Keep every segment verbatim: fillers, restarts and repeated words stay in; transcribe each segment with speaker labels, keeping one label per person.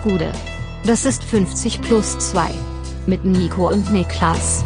Speaker 1: Gude. Das ist fünfzig plus zwei. Mit Nico und Niklas.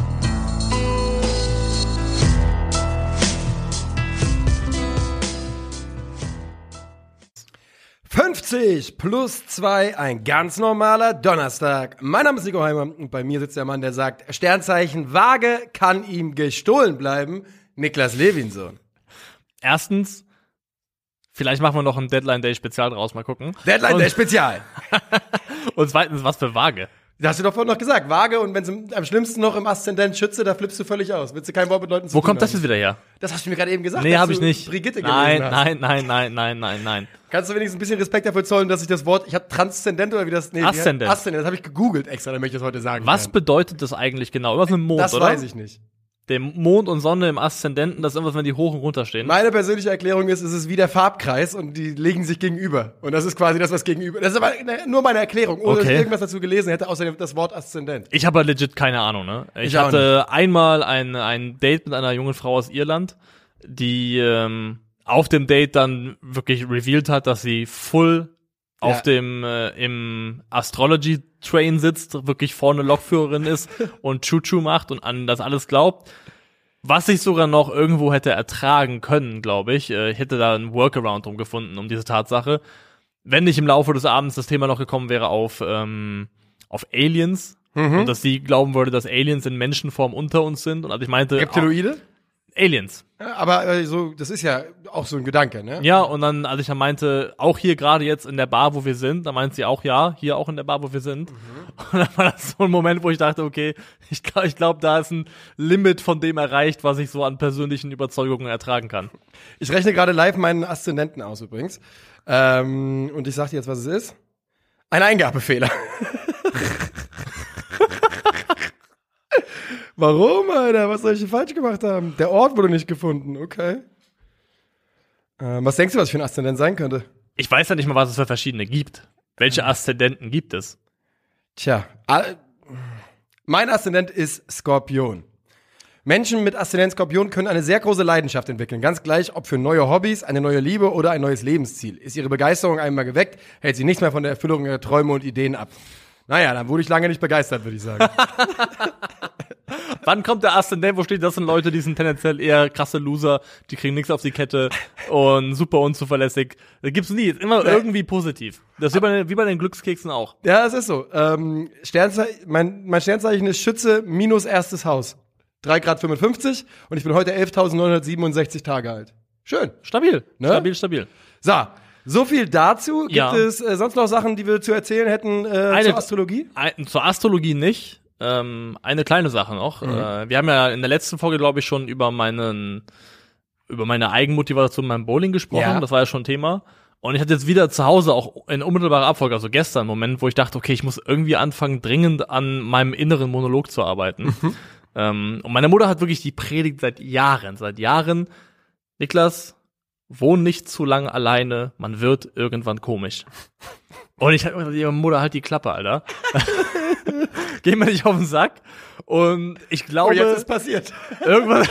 Speaker 2: fünfzig plus zwei, ein ganz normaler Donnerstag. Mein Name ist Nico Heimer und bei mir sitzt der Mann, der sagt, Sternzeichen Waage kann ihm gestohlen bleiben, Niklas Levinson.
Speaker 3: Erstens, vielleicht machen wir noch ein Deadline-Day-Spezial draus, mal gucken.
Speaker 2: Deadline-Day-Spezial.
Speaker 3: Und zweitens, was für Waage?
Speaker 2: Das hast du doch vorhin noch gesagt, Waage, und wenn es am schlimmsten noch im Aszendent Schütze, da flippst du völlig aus. Willst du kein Wort bedeuten?
Speaker 3: Wo kommt das jetzt wieder her?
Speaker 2: Das hast du mir gerade eben gesagt.
Speaker 3: Nee, hab ich nicht.
Speaker 2: Brigitte
Speaker 3: nein,
Speaker 2: gelesen hast.
Speaker 3: nein, nein, nein, nein, nein, nein.
Speaker 2: Kannst du wenigstens ein bisschen Respekt dafür zollen, dass ich das Wort, ich habe Transzendent oder wie das? Nee,
Speaker 3: Aszendent.
Speaker 2: Aszendent, das habe ich gegoogelt extra, damit ich das heute sagen
Speaker 3: Was
Speaker 2: kann.
Speaker 3: bedeutet das eigentlich genau? Was mit dem Mond,
Speaker 2: das
Speaker 3: oder?
Speaker 2: Das weiß ich nicht.
Speaker 3: Der Mond und Sonne im Aszendenten, das ist irgendwas, wenn die hoch und runter stehen.
Speaker 2: Meine persönliche Erklärung ist, es ist wie der Farbkreis und die legen sich gegenüber. Und das ist quasi das, was gegenüber. Das ist aber nur meine Erklärung, ohne
Speaker 3: Okay.
Speaker 2: dass ich irgendwas dazu gelesen hätte, außer das Wort Aszendent.
Speaker 3: Ich habe legit keine Ahnung, ne? Ich,
Speaker 2: Ich auch
Speaker 3: hatte einmal ein, ein Date mit einer jungen Frau aus Irland, die ähm, auf dem Date dann wirklich revealed hat, dass sie full
Speaker 2: Ja.
Speaker 3: auf dem äh, im Astrology Train sitzt, wirklich vorne Lokführerin ist und Chuchu macht und an das alles glaubt. Was ich sogar noch irgendwo hätte ertragen können, glaube ich. Äh, ich hätte da einen Workaround drum gefunden, um diese Tatsache. Wenn nicht im Laufe des Abends das Thema noch gekommen wäre auf ähm, auf Aliens
Speaker 2: Mhm.
Speaker 3: und dass sie glauben würde, dass Aliens in Menschenform unter uns sind. Und als ich meinte,
Speaker 2: Reptiloide?
Speaker 3: oh, Aliens.
Speaker 2: Ja, aber äh, so, das ist ja auch so ein Gedanke, ne?
Speaker 3: Ja, und dann, als ich dann meinte, auch hier gerade jetzt in der Bar, wo wir sind, da meint sie auch, ja, hier auch in der Bar, wo wir sind. Mhm. Und dann war das so ein Moment, wo ich dachte, okay, ich glaube, ich glaub, da ist ein Limit von dem erreicht, was ich so an persönlichen Überzeugungen ertragen kann.
Speaker 2: Ich rechne gerade live meinen Aszendenten aus übrigens. Ähm, und ich sag dir jetzt, was es ist. Ein Eingabefehler. Warum, Alter? Was soll ich hier falsch gemacht haben? Der Ort wurde nicht gefunden, okay. Ähm, was denkst du, was ich für ein Aszendent sein könnte?
Speaker 3: Ich weiß ja nicht mal, was es für verschiedene gibt. Welche Aszendenten gibt es?
Speaker 2: Tja, all, mein Aszendent ist Skorpion. Menschen mit Aszendent Skorpion können eine sehr große Leidenschaft entwickeln. Ganz gleich, ob für neue Hobbys, eine neue Liebe oder ein neues Lebensziel. Ist ihre Begeisterung einmal geweckt, hält sie nichts mehr von der Erfüllung ihrer Träume und Ideen ab. Naja, dann wurde ich lange nicht begeistert, würde ich sagen.
Speaker 3: Wann kommt der Aszendent, wo steht, das sind Leute, die sind tendenziell eher krasse Loser, die kriegen nichts auf die Kette und super unzuverlässig. Das gibt's nie, ist immer irgendwie positiv. Das ist wie bei, den, wie bei den Glückskeksen auch.
Speaker 2: Ja, es ist so. Ähm, Sternzei- mein, mein Sternzeichen ist Schütze minus erstes Haus. drei Grad fünfundfünfzig und ich bin heute elftausendneunhundertsiebenundsechzig Tage alt. Schön.
Speaker 3: Stabil,
Speaker 2: Ne?
Speaker 3: stabil, stabil.
Speaker 2: So, so viel dazu. Gibt
Speaker 3: Ja.
Speaker 2: es äh, sonst noch Sachen, die wir zu erzählen hätten äh,
Speaker 3: Eine-
Speaker 2: zur Astrologie?
Speaker 3: Ein, zur Astrologie nicht. Ähm, eine kleine Sache noch.
Speaker 2: Mhm.
Speaker 3: Äh, wir haben ja in der letzten Folge, glaube ich, schon über meinen, über meine Eigenmotivation beim Bowling gesprochen.
Speaker 2: Ja.
Speaker 3: Das war ja schon Thema. Und ich hatte jetzt wieder zu Hause auch in unmittelbarer Abfolge, also gestern, einen Moment, wo ich dachte, okay, ich muss irgendwie anfangen, dringend an meinem inneren Monolog zu arbeiten.
Speaker 2: Mhm.
Speaker 3: Ähm, und meine Mutter hat wirklich die Predigt seit Jahren, seit Jahren, Niklas, wohn nicht zu lange alleine, man wird irgendwann komisch. Und ich hab mir gesagt, Mutter, halt die Klappe, Alter. Geh mir nicht auf den Sack. Und ich glaube,
Speaker 2: Oh, jetzt ist passiert.
Speaker 3: irgendwas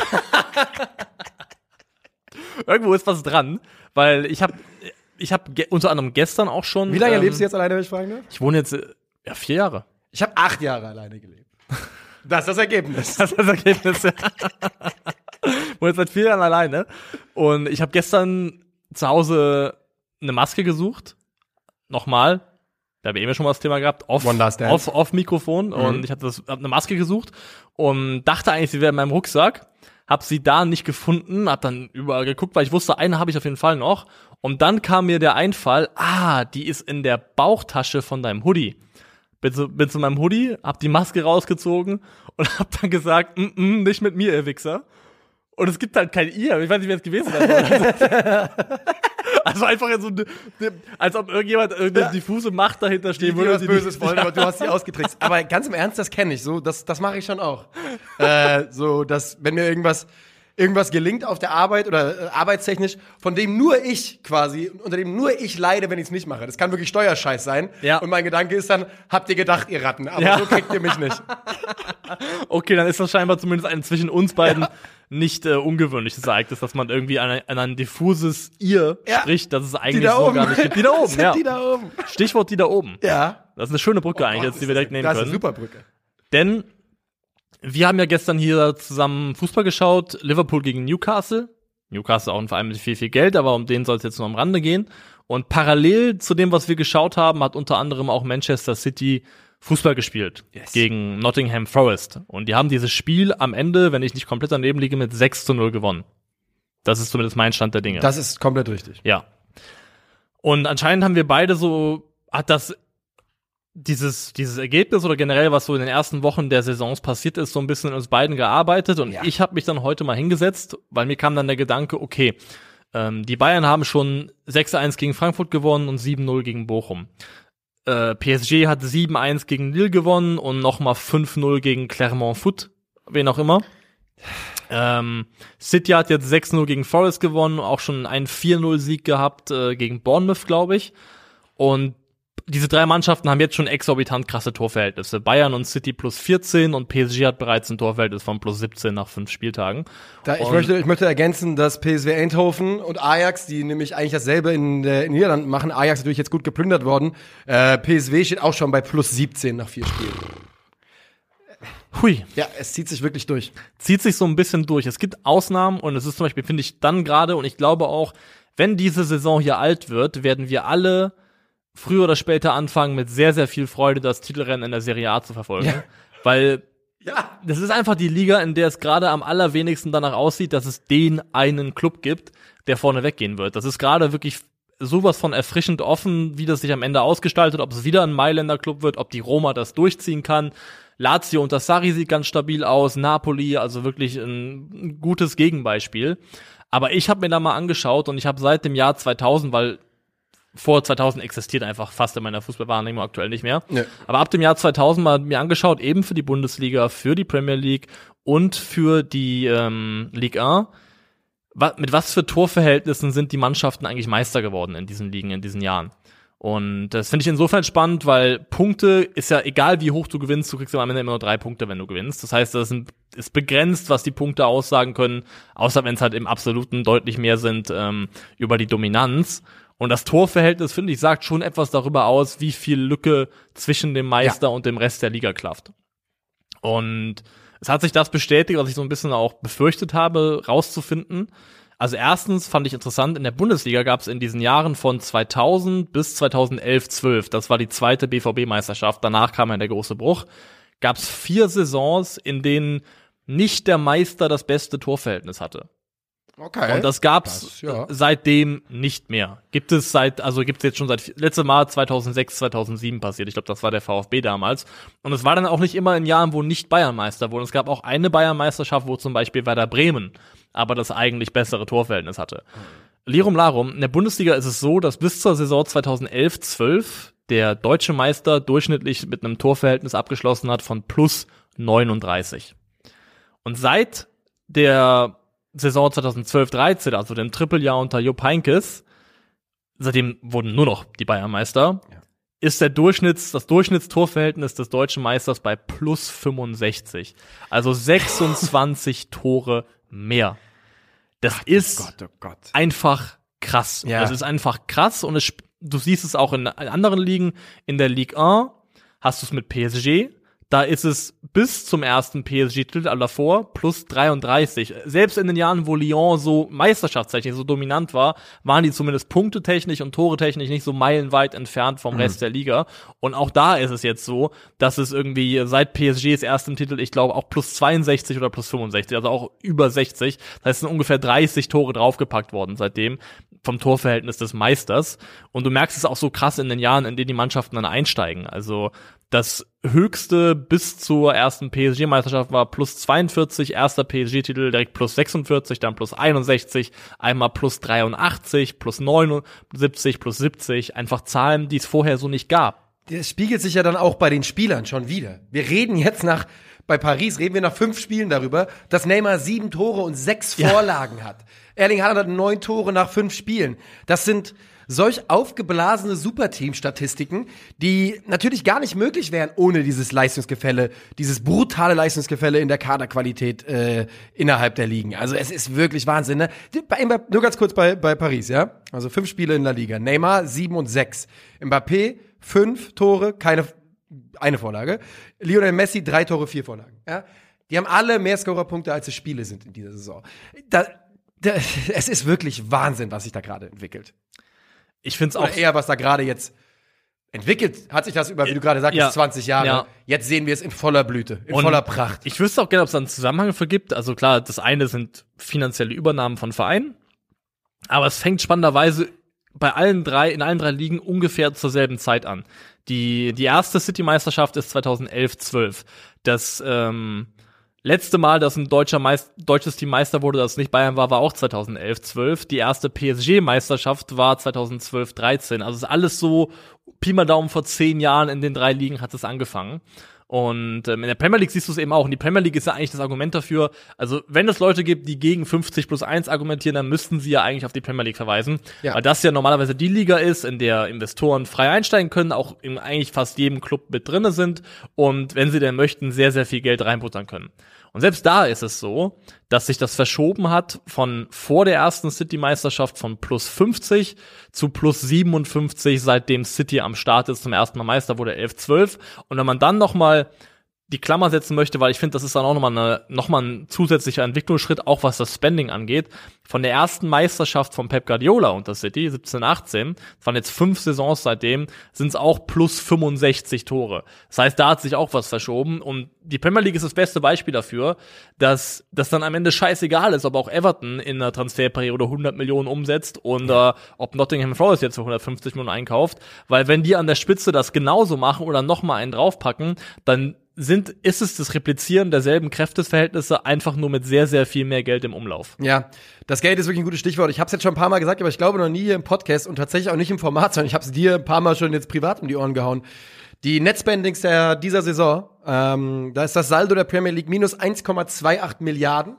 Speaker 3: irgendwo ist was dran, weil ich habe ich habe ge- unter anderem gestern auch schon.
Speaker 2: Wie lange
Speaker 3: ähm,
Speaker 2: lebst du jetzt alleine, wenn ich fragen darf?
Speaker 3: Ich wohne jetzt äh, ja vier Jahre.
Speaker 2: Ich habe acht Jahre alleine gelebt. Das ist das Ergebnis.
Speaker 3: Das ist das Ergebnis. Ich wohne jetzt seit vier Jahren alleine. Und ich habe gestern zu Hause eine Maske gesucht. Nochmal. Da habe ich eben schon mal das Thema gehabt. Off,
Speaker 2: One Last Dance.
Speaker 3: off, off Mikrofon.
Speaker 2: Mhm.
Speaker 3: Und ich habe das hab eine Maske gesucht und dachte eigentlich, sie wäre in meinem Rucksack. Hab sie da nicht gefunden, hab dann überall geguckt, weil ich wusste, eine habe ich auf jeden Fall noch. Und dann kam mir der Einfall, ah, die ist in der Bauchtasche von deinem Hoodie. Bin zu, bin zu meinem Hoodie, hab die Maske rausgezogen und hab dann gesagt, mm -mm, nicht mit mir, ihr Wichser. Und es gibt halt kein ihr, ich weiß nicht, wer es gewesen ist. Also einfach so, als ob irgendjemand irgendeine diffuse Macht dahinter stehen
Speaker 2: Die
Speaker 3: würde.
Speaker 2: was Böses wollen, aber du hast sie ausgetrickst. Aber ganz im Ernst, das kenne ich so, das, das mache ich schon auch. äh, so, dass, wenn mir irgendwas, irgendwas gelingt auf der Arbeit oder äh, arbeitstechnisch, von dem nur ich quasi, unter dem nur ich leide, wenn ich es nicht mache. Das kann wirklich Steuerscheiß sein.
Speaker 3: Ja.
Speaker 2: Und mein Gedanke ist dann, habt ihr gedacht, ihr Ratten, aber
Speaker 3: Ja.
Speaker 2: so kriegt ihr mich nicht.
Speaker 3: Okay, dann ist das scheinbar zumindest ein zwischen uns beiden nicht äh, ungewöhnliches Ereignis, dass man irgendwie an ein, an ein diffuses Ihr
Speaker 2: Ja.
Speaker 3: spricht, dass es
Speaker 2: Die
Speaker 3: eigentlich
Speaker 2: da
Speaker 3: so
Speaker 2: oben.
Speaker 3: gar nicht gibt. Die da oben,
Speaker 2: Sind
Speaker 3: ja.
Speaker 2: die da oben.
Speaker 3: Stichwort die da oben.
Speaker 2: Ja.
Speaker 3: Das ist eine schöne Brücke
Speaker 2: Oh
Speaker 3: eigentlich,
Speaker 2: Gott,
Speaker 3: jetzt, die wir direkt nehmen
Speaker 2: das ist
Speaker 3: können.
Speaker 2: eine super Brücke.
Speaker 3: Denn wir haben ja gestern hier zusammen Fußball geschaut, Liverpool gegen Newcastle. Newcastle auch ein Verein mit viel, viel Geld, aber um den soll es jetzt nur am Rande gehen. Und parallel zu dem, was wir geschaut haben, hat unter anderem auch Manchester City Fußball gespielt
Speaker 2: Yes.
Speaker 3: gegen Nottingham Forest. Und die haben dieses Spiel am Ende, wenn ich nicht komplett daneben liege, mit sechs zu null gewonnen. Das ist zumindest mein Stand der Dinge.
Speaker 2: Das ist komplett richtig.
Speaker 3: Ja. Und anscheinend haben wir beide so, hat das, dieses, dieses Ergebnis oder generell, was so in den ersten Wochen der Saisons passiert ist, so ein bisschen in uns beiden gearbeitet. Und
Speaker 2: Ja.
Speaker 3: ich habe mich dann heute mal hingesetzt, weil mir kam dann der Gedanke, okay, ähm, die Bayern haben schon sechs eins gegen Frankfurt gewonnen und sieben null gegen Bochum. Äh, P S G hat sieben eins gegen Lille gewonnen und nochmal fünf null gegen Clermont Foot, wen auch immer. Ähm, City hat jetzt sechs null gegen Forest gewonnen, auch schon einen vier null Sieg gehabt äh, gegen Bournemouth, glaube ich. Und diese drei Mannschaften haben jetzt schon exorbitant krasse Torverhältnisse. Bayern und City plus vierzehn und P S G hat bereits ein Torverhältnis von plus siebzehn nach fünf Spieltagen.
Speaker 2: Da, ich,
Speaker 3: Und-
Speaker 2: möchte, ich möchte ergänzen, dass P S V Eindhoven und Ajax, die nämlich eigentlich dasselbe in der in Niederlanden machen, Ajax natürlich jetzt gut geplündert worden, äh, P S V steht auch schon bei plus siebzehn nach vier Spielen.
Speaker 3: Hui,
Speaker 2: Ja, es zieht sich wirklich durch.
Speaker 3: zieht sich so ein bisschen durch. Es gibt Ausnahmen und es ist zum Beispiel, finde ich, dann gerade, und ich glaube auch, wenn diese Saison hier alt wird, werden wir alle früher oder später anfangen, mit sehr, sehr viel Freude das Titelrennen in der Serie A zu verfolgen.
Speaker 2: Ja.
Speaker 3: Weil
Speaker 2: Ja.
Speaker 3: das ist einfach die Liga, in der es gerade am allerwenigsten danach aussieht, dass es den einen Club gibt, der vorne weggehen wird. Das ist gerade wirklich sowas von erfrischend offen, wie das sich am Ende ausgestaltet, ob es wieder ein Mailänder Club wird, ob die Roma das durchziehen kann. Lazio unter Sarri sieht ganz stabil aus, Napoli, also wirklich ein gutes Gegenbeispiel. Aber ich habe mir da mal angeschaut und ich habe seit dem Jahr zweitausend, weil vor zweitausend existiert einfach fast in meiner Fußballwahrnehmung aktuell nicht mehr.
Speaker 2: Nee.
Speaker 3: Aber ab dem Jahr zweitausend mal mir angeschaut, eben für die Bundesliga, für die Premier League und für die ähm, Ligue eins. Wa- mit was für Torverhältnissen sind die Mannschaften eigentlich Meister geworden in diesen Ligen, in diesen Jahren? Und das finde ich insofern spannend, weil Punkte ist ja egal, wie hoch du gewinnst, du kriegst am Ende immer nur drei Punkte, wenn du gewinnst. Das heißt, das ist begrenzt, was die Punkte aussagen können, außer wenn es halt im Absoluten deutlich mehr sind ähm, über die Dominanz. Und das Torverhältnis, finde ich, sagt schon etwas darüber aus, wie viel Lücke zwischen dem Meister
Speaker 2: Ja.
Speaker 3: und dem Rest der Liga klafft. Und es hat sich das bestätigt, was ich so ein bisschen auch befürchtet habe, rauszufinden. Also erstens fand ich interessant, in der Bundesliga gab es in diesen Jahren von zweitausend bis zweitausendelf zwölf, das war die zweite B V B-Meisterschaft, danach kam ja der große Bruch, gab es vier Saisons, in denen nicht der Meister das beste Torverhältnis hatte.
Speaker 2: Okay.
Speaker 3: Und das gab's
Speaker 2: Das, ja.
Speaker 3: seitdem nicht mehr. Gibt es seit, also gibt es jetzt schon seit, letztes Mal zweitausendsechs, zweitausendsieben passiert. Ich glaube, das war der VfB damals. Und es war dann auch nicht immer in Jahren, wo nicht Bayern Meister wurde. Es gab auch eine Bayern-Meisterschaft, wo zum Beispiel Werder Bremen aber das eigentlich bessere Torverhältnis hatte. Lirum Larum, in der Bundesliga ist es so, dass bis zur Saison zweitausendelf zwölf der deutsche Meister durchschnittlich mit einem Torverhältnis abgeschlossen hat von plus neununddreißig. Und seit der Saison zweitausendzwölf dreizehn, also dem Trippeljahr unter Jupp Heynckes, seitdem wurden nur noch die Bayern Meister,
Speaker 2: Ja.
Speaker 3: ist der Durchschnitts, das Durchschnittstorverhältnis des deutschen Meisters bei plus fünfundsechzig. Also sechsundzwanzig Tore mehr. Das ist
Speaker 2: Gott, oh Gott.
Speaker 3: einfach krass.
Speaker 2: Ja.
Speaker 3: Das ist einfach krass und es, sp- du siehst es auch in anderen Ligen. In der Ligue eins hast du es mit P S G. Da ist es bis zum ersten P S G-Titel davor plus dreiunddreißig. Selbst in den Jahren, wo Lyon so meisterschaftstechnisch so dominant war, waren die zumindest punktetechnisch und toretechnisch nicht so meilenweit entfernt vom Rest der Liga. Und auch da ist es jetzt so, dass es irgendwie seit P S Gs erstem Titel, ich glaube, auch plus zweiundsechzig oder plus fünfundsechzig, also auch über sechzig. Das heißt, es sind ungefähr dreißig Tore draufgepackt worden seitdem vom Torverhältnis des Meisters. Und du merkst es auch so krass in den Jahren, in denen die Mannschaften dann einsteigen. Also das höchste bis zur ersten P S G-Meisterschaft war plus zweiundvierzig, erster P S G-Titel direkt plus sechsundvierzig, dann plus einundsechzig, einmal plus dreiundachtzig, plus neunundsiebzig, plus siebzig. Einfach Zahlen, die es vorher so nicht gab.
Speaker 2: Das spiegelt sich ja dann auch bei den Spielern schon wieder. Wir reden jetzt nach, bei Paris reden wir nach fünf Spielen darüber, dass Neymar sieben Tore und sechs
Speaker 3: Ja.
Speaker 2: Vorlagen hat. Erling Haaland hat neun Tore nach fünf Spielen. Das sind solch aufgeblasene Superteam-Statistiken, die natürlich gar nicht möglich wären ohne dieses Leistungsgefälle, dieses brutale Leistungsgefälle in der Kaderqualität äh, innerhalb der Ligen. Also es ist wirklich Wahnsinn, ne? Bei, nur ganz kurz bei, bei Paris, ja? Also fünf Spiele in La Liga. Neymar sieben und sechs. Mbappé fünf Tore, keine eine Vorlage. Lionel Messi drei Tore, vier Vorlagen. Ja? Die haben alle mehr Scorerpunkte, als es Spiele sind in dieser Saison. Da, da, es ist wirklich Wahnsinn, was sich da gerade entwickelt.
Speaker 3: Ich finde es auch
Speaker 2: Oder eher, was da gerade jetzt entwickelt, hat sich das über, wie du gerade sagst,
Speaker 3: ja,
Speaker 2: zwanzig Jahre.
Speaker 3: Ja.
Speaker 2: Jetzt sehen wir es in voller Blüte, in
Speaker 3: Und
Speaker 2: voller Pracht.
Speaker 3: Ich wüsste auch gerne, ob es da einen Zusammenhang für gibt. Also klar, das eine sind finanzielle Übernahmen von Vereinen, aber es fängt spannenderweise bei allen drei, in allen drei Ligen ungefähr zur selben Zeit an. Die, die erste City-Meisterschaft ist zweitausendelf zwölf. Das ähm, letzte Mal, dass ein deutscher Meist, deutsches Team Meister wurde, das nicht Bayern war, war auch zweitausendelf zwölf. Die erste P S G-Meisterschaft war zweitausendzwölf dreizehn. Also es ist alles so, Pi mal Daumen, vor zehn Jahren in den drei Ligen hat es angefangen. Und ähm, in der Premier League siehst du es eben auch. Und die Premier League ist ja eigentlich das Argument dafür, also wenn es Leute gibt, die gegen fünfzig plus eins argumentieren, dann müssten sie ja eigentlich auf die Premier League verweisen.
Speaker 2: Ja.
Speaker 3: Weil das ja normalerweise die Liga ist, in der Investoren frei einsteigen können, auch in eigentlich fast jedem Club mit drinne sind und wenn sie denn möchten, sehr, sehr viel Geld reinbuttern können. Und selbst da ist es so, dass sich das verschoben hat von vor der ersten City-Meisterschaft von plus fünfzig zu plus siebenundfünfzig, seitdem City am Start ist, zum ersten Mal Meister wurde elf zwölf. Und wenn man dann noch mal die Klammer setzen möchte, weil ich finde, das ist dann auch nochmal eine, nochmal ein zusätzlicher Entwicklungsschritt, auch was das Spending angeht. Von der ersten Meisterschaft von Pep Guardiola unter City, siebzehn achtzehn, das waren jetzt fünf Saisons seitdem, sind es auch plus fünfundsechzig Tore. Das heißt, da hat sich auch was verschoben und die Premier League ist das beste Beispiel dafür, dass das dann am Ende scheißegal ist, ob auch Everton in einer Transferperiode hundert Millionen umsetzt und äh, ob Nottingham Forest jetzt für hundertfünfzig Millionen einkauft, weil wenn die an der Spitze das genauso machen oder nochmal einen draufpacken, dann sind, ist es das Replizieren derselben Kräfteverhältnisse einfach nur mit sehr, sehr viel mehr Geld im Umlauf.
Speaker 2: Ja, das Geld ist wirklich ein gutes Stichwort. Ich habe es jetzt schon ein paar Mal gesagt, aber ich glaube noch nie hier im Podcast und tatsächlich auch nicht im Format, sondern ich habe es dir ein paar Mal schon jetzt privat um die Ohren gehauen. Die Netspendings der dieser Saison, ähm, da ist das Saldo der Premier League minus eins Komma achtundzwanzig Milliarden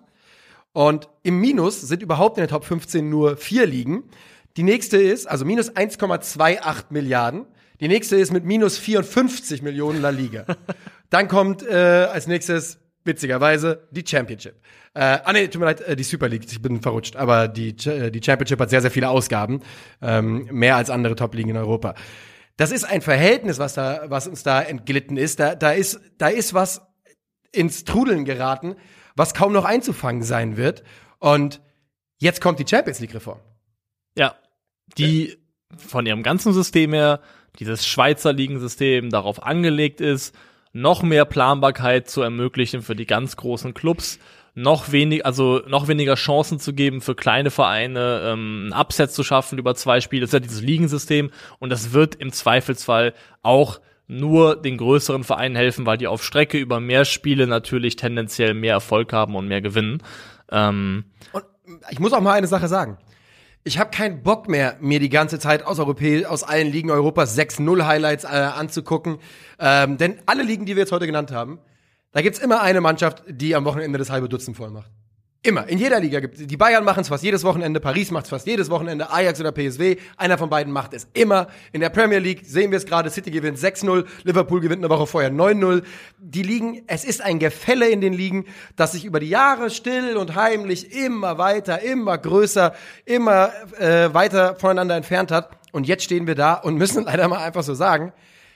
Speaker 2: und im Minus sind überhaupt in der Top fünfzehn nur vier Ligen. Die nächste ist, also minus eins Komma achtundzwanzig Milliarden. Die nächste ist mit minus vierundfünfzig Millionen La Liga. Dann kommt äh, als nächstes, witzigerweise, die Championship. Äh, ah nee, tut mir leid, äh, die Super League, ich bin verrutscht. Aber die, äh, die Championship hat sehr, sehr viele Ausgaben. Ähm, mehr als andere Top-Ligen in Europa. Das ist ein Verhältnis, was da, was uns da entglitten ist. Da, da ist, da ist was ins Trudeln geraten, was kaum noch einzufangen sein wird. Und jetzt kommt die Champions League-Reform.
Speaker 3: Ja, die von ihrem ganzen System her, dieses Schweizer Ligensystem darauf angelegt ist, noch mehr Planbarkeit zu ermöglichen für die ganz großen Clubs, noch wenig, also noch weniger Chancen zu geben für kleine Vereine, ähm, einen Upset zu schaffen über zwei Spiele. Das ist ja dieses Ligensystem und das wird im Zweifelsfall auch nur den größeren Vereinen helfen, weil die auf Strecke über mehr Spiele natürlich tendenziell mehr Erfolg haben und mehr gewinnen. Ähm,
Speaker 2: und ich muss auch mal eine Sache sagen. Ich habe keinen Bock mehr, mir die ganze Zeit aus Europä- aus allen Ligen Europas sechs null Highlights äh, anzugucken. Ähm, denn alle Ligen, die wir jetzt heute genannt haben, da gibt's immer eine Mannschaft, die am Wochenende das halbe Dutzend voll macht. Immer. In jeder Liga gibt's. Die Bayern machen es fast jedes Wochenende, Paris macht es fast jedes Wochenende, Ajax oder P S V. Einer von beiden macht es immer. In der Premier League sehen wir es gerade, City gewinnt sechs null, Liverpool gewinnt eine Woche vorher neun null. Die Ligen, es ist ein Gefälle in den Ligen, das sich über die Jahre still und heimlich immer weiter, immer größer, immer äh, weiter voneinander entfernt hat. Und jetzt stehen wir da und müssen leider mal einfach so sagen,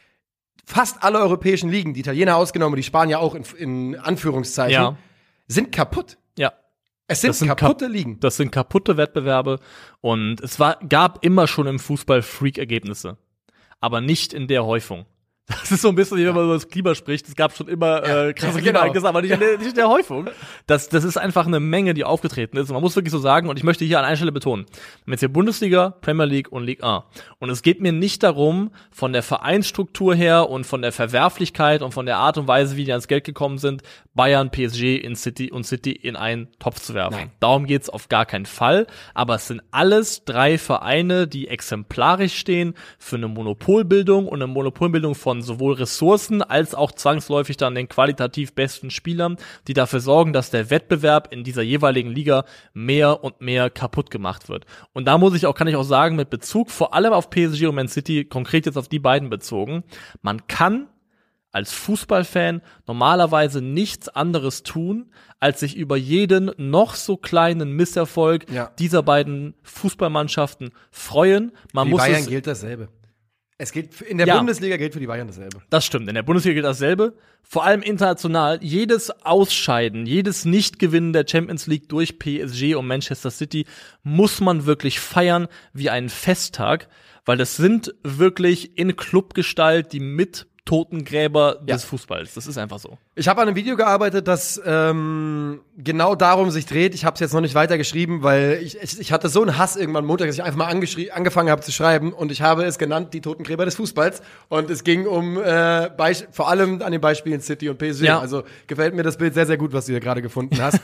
Speaker 2: fast alle europäischen Ligen, die Italiener ausgenommen, die Spanier auch in, in Anführungszeichen,
Speaker 3: ja.
Speaker 2: sind kaputt.
Speaker 3: Ja.
Speaker 2: Es sind, sind kaputte
Speaker 3: kap-
Speaker 2: Ligen.
Speaker 3: Das sind kaputte Wettbewerbe und es war, gab immer schon im Fußball Freak-Ergebnisse. Aber nicht in der Häufung. Das ist so ein bisschen, wie wenn man über das Klima spricht. Es gab schon immer
Speaker 2: ja,
Speaker 3: äh, krasse
Speaker 2: ja,
Speaker 3: Klimaereignisse,
Speaker 2: genau.
Speaker 3: aber nicht in, der, nicht in der Häufung. Das, das ist einfach eine Menge, die aufgetreten ist. Und man muss wirklich so sagen, und ich möchte hier an einer Stelle betonen, wir haben jetzt hier Bundesliga, Premier League und Ligue eins. Und es geht mir nicht darum, von der Vereinsstruktur her und von der Verwerflichkeit und von der Art und Weise, wie die ans Geld gekommen sind, Bayern, P S G in City und City in einen Topf zu werfen.
Speaker 2: Nein.
Speaker 3: Darum geht's auf gar keinen Fall. Aber es sind alles drei Vereine, die exemplarisch stehen für eine Monopolbildung und eine Monopolbildung von von sowohl Ressourcen als auch zwangsläufig dann den qualitativ besten Spielern, die dafür sorgen, dass der Wettbewerb in dieser jeweiligen Liga mehr und mehr kaputt gemacht wird. Und da muss ich auch, kann ich auch sagen, mit Bezug vor allem auf P S G und Man City, konkret jetzt auf die beiden bezogen, man kann als Fußballfan normalerweise nichts anderes tun, als sich über jeden noch so kleinen Misserfolg
Speaker 2: Ja.
Speaker 3: dieser beiden Fußballmannschaften freuen. Man
Speaker 2: Für die
Speaker 3: muss
Speaker 2: Bayern
Speaker 3: es,
Speaker 2: gilt dasselbe. Es gilt, in der
Speaker 3: Ja.
Speaker 2: Bundesliga gilt für die Bayern dasselbe.
Speaker 3: Das stimmt, in der Bundesliga gilt dasselbe. Vor allem international, jedes Ausscheiden, jedes Nichtgewinnen der Champions League durch P S G und Manchester City muss man wirklich feiern wie einen Festtag, weil das sind wirklich in Clubgestalt die mit Totengräber
Speaker 2: Ja.
Speaker 3: des Fußballs. Das ist einfach so.
Speaker 2: Ich habe an einem Video gearbeitet, das ähm, genau darum sich dreht. Ich habe es jetzt noch nicht weiter geschrieben, weil ich, ich, ich hatte so einen Hass irgendwann Montag, dass ich einfach mal angeschrie- angefangen habe zu schreiben. Und ich habe es genannt, die Totengräber des Fußballs. Und es ging um äh, Beisp- vor allem an den Beispielen City und P S G.
Speaker 3: Ja.
Speaker 2: Also gefällt mir das Bild sehr, sehr gut, was du hier gerade gefunden hast.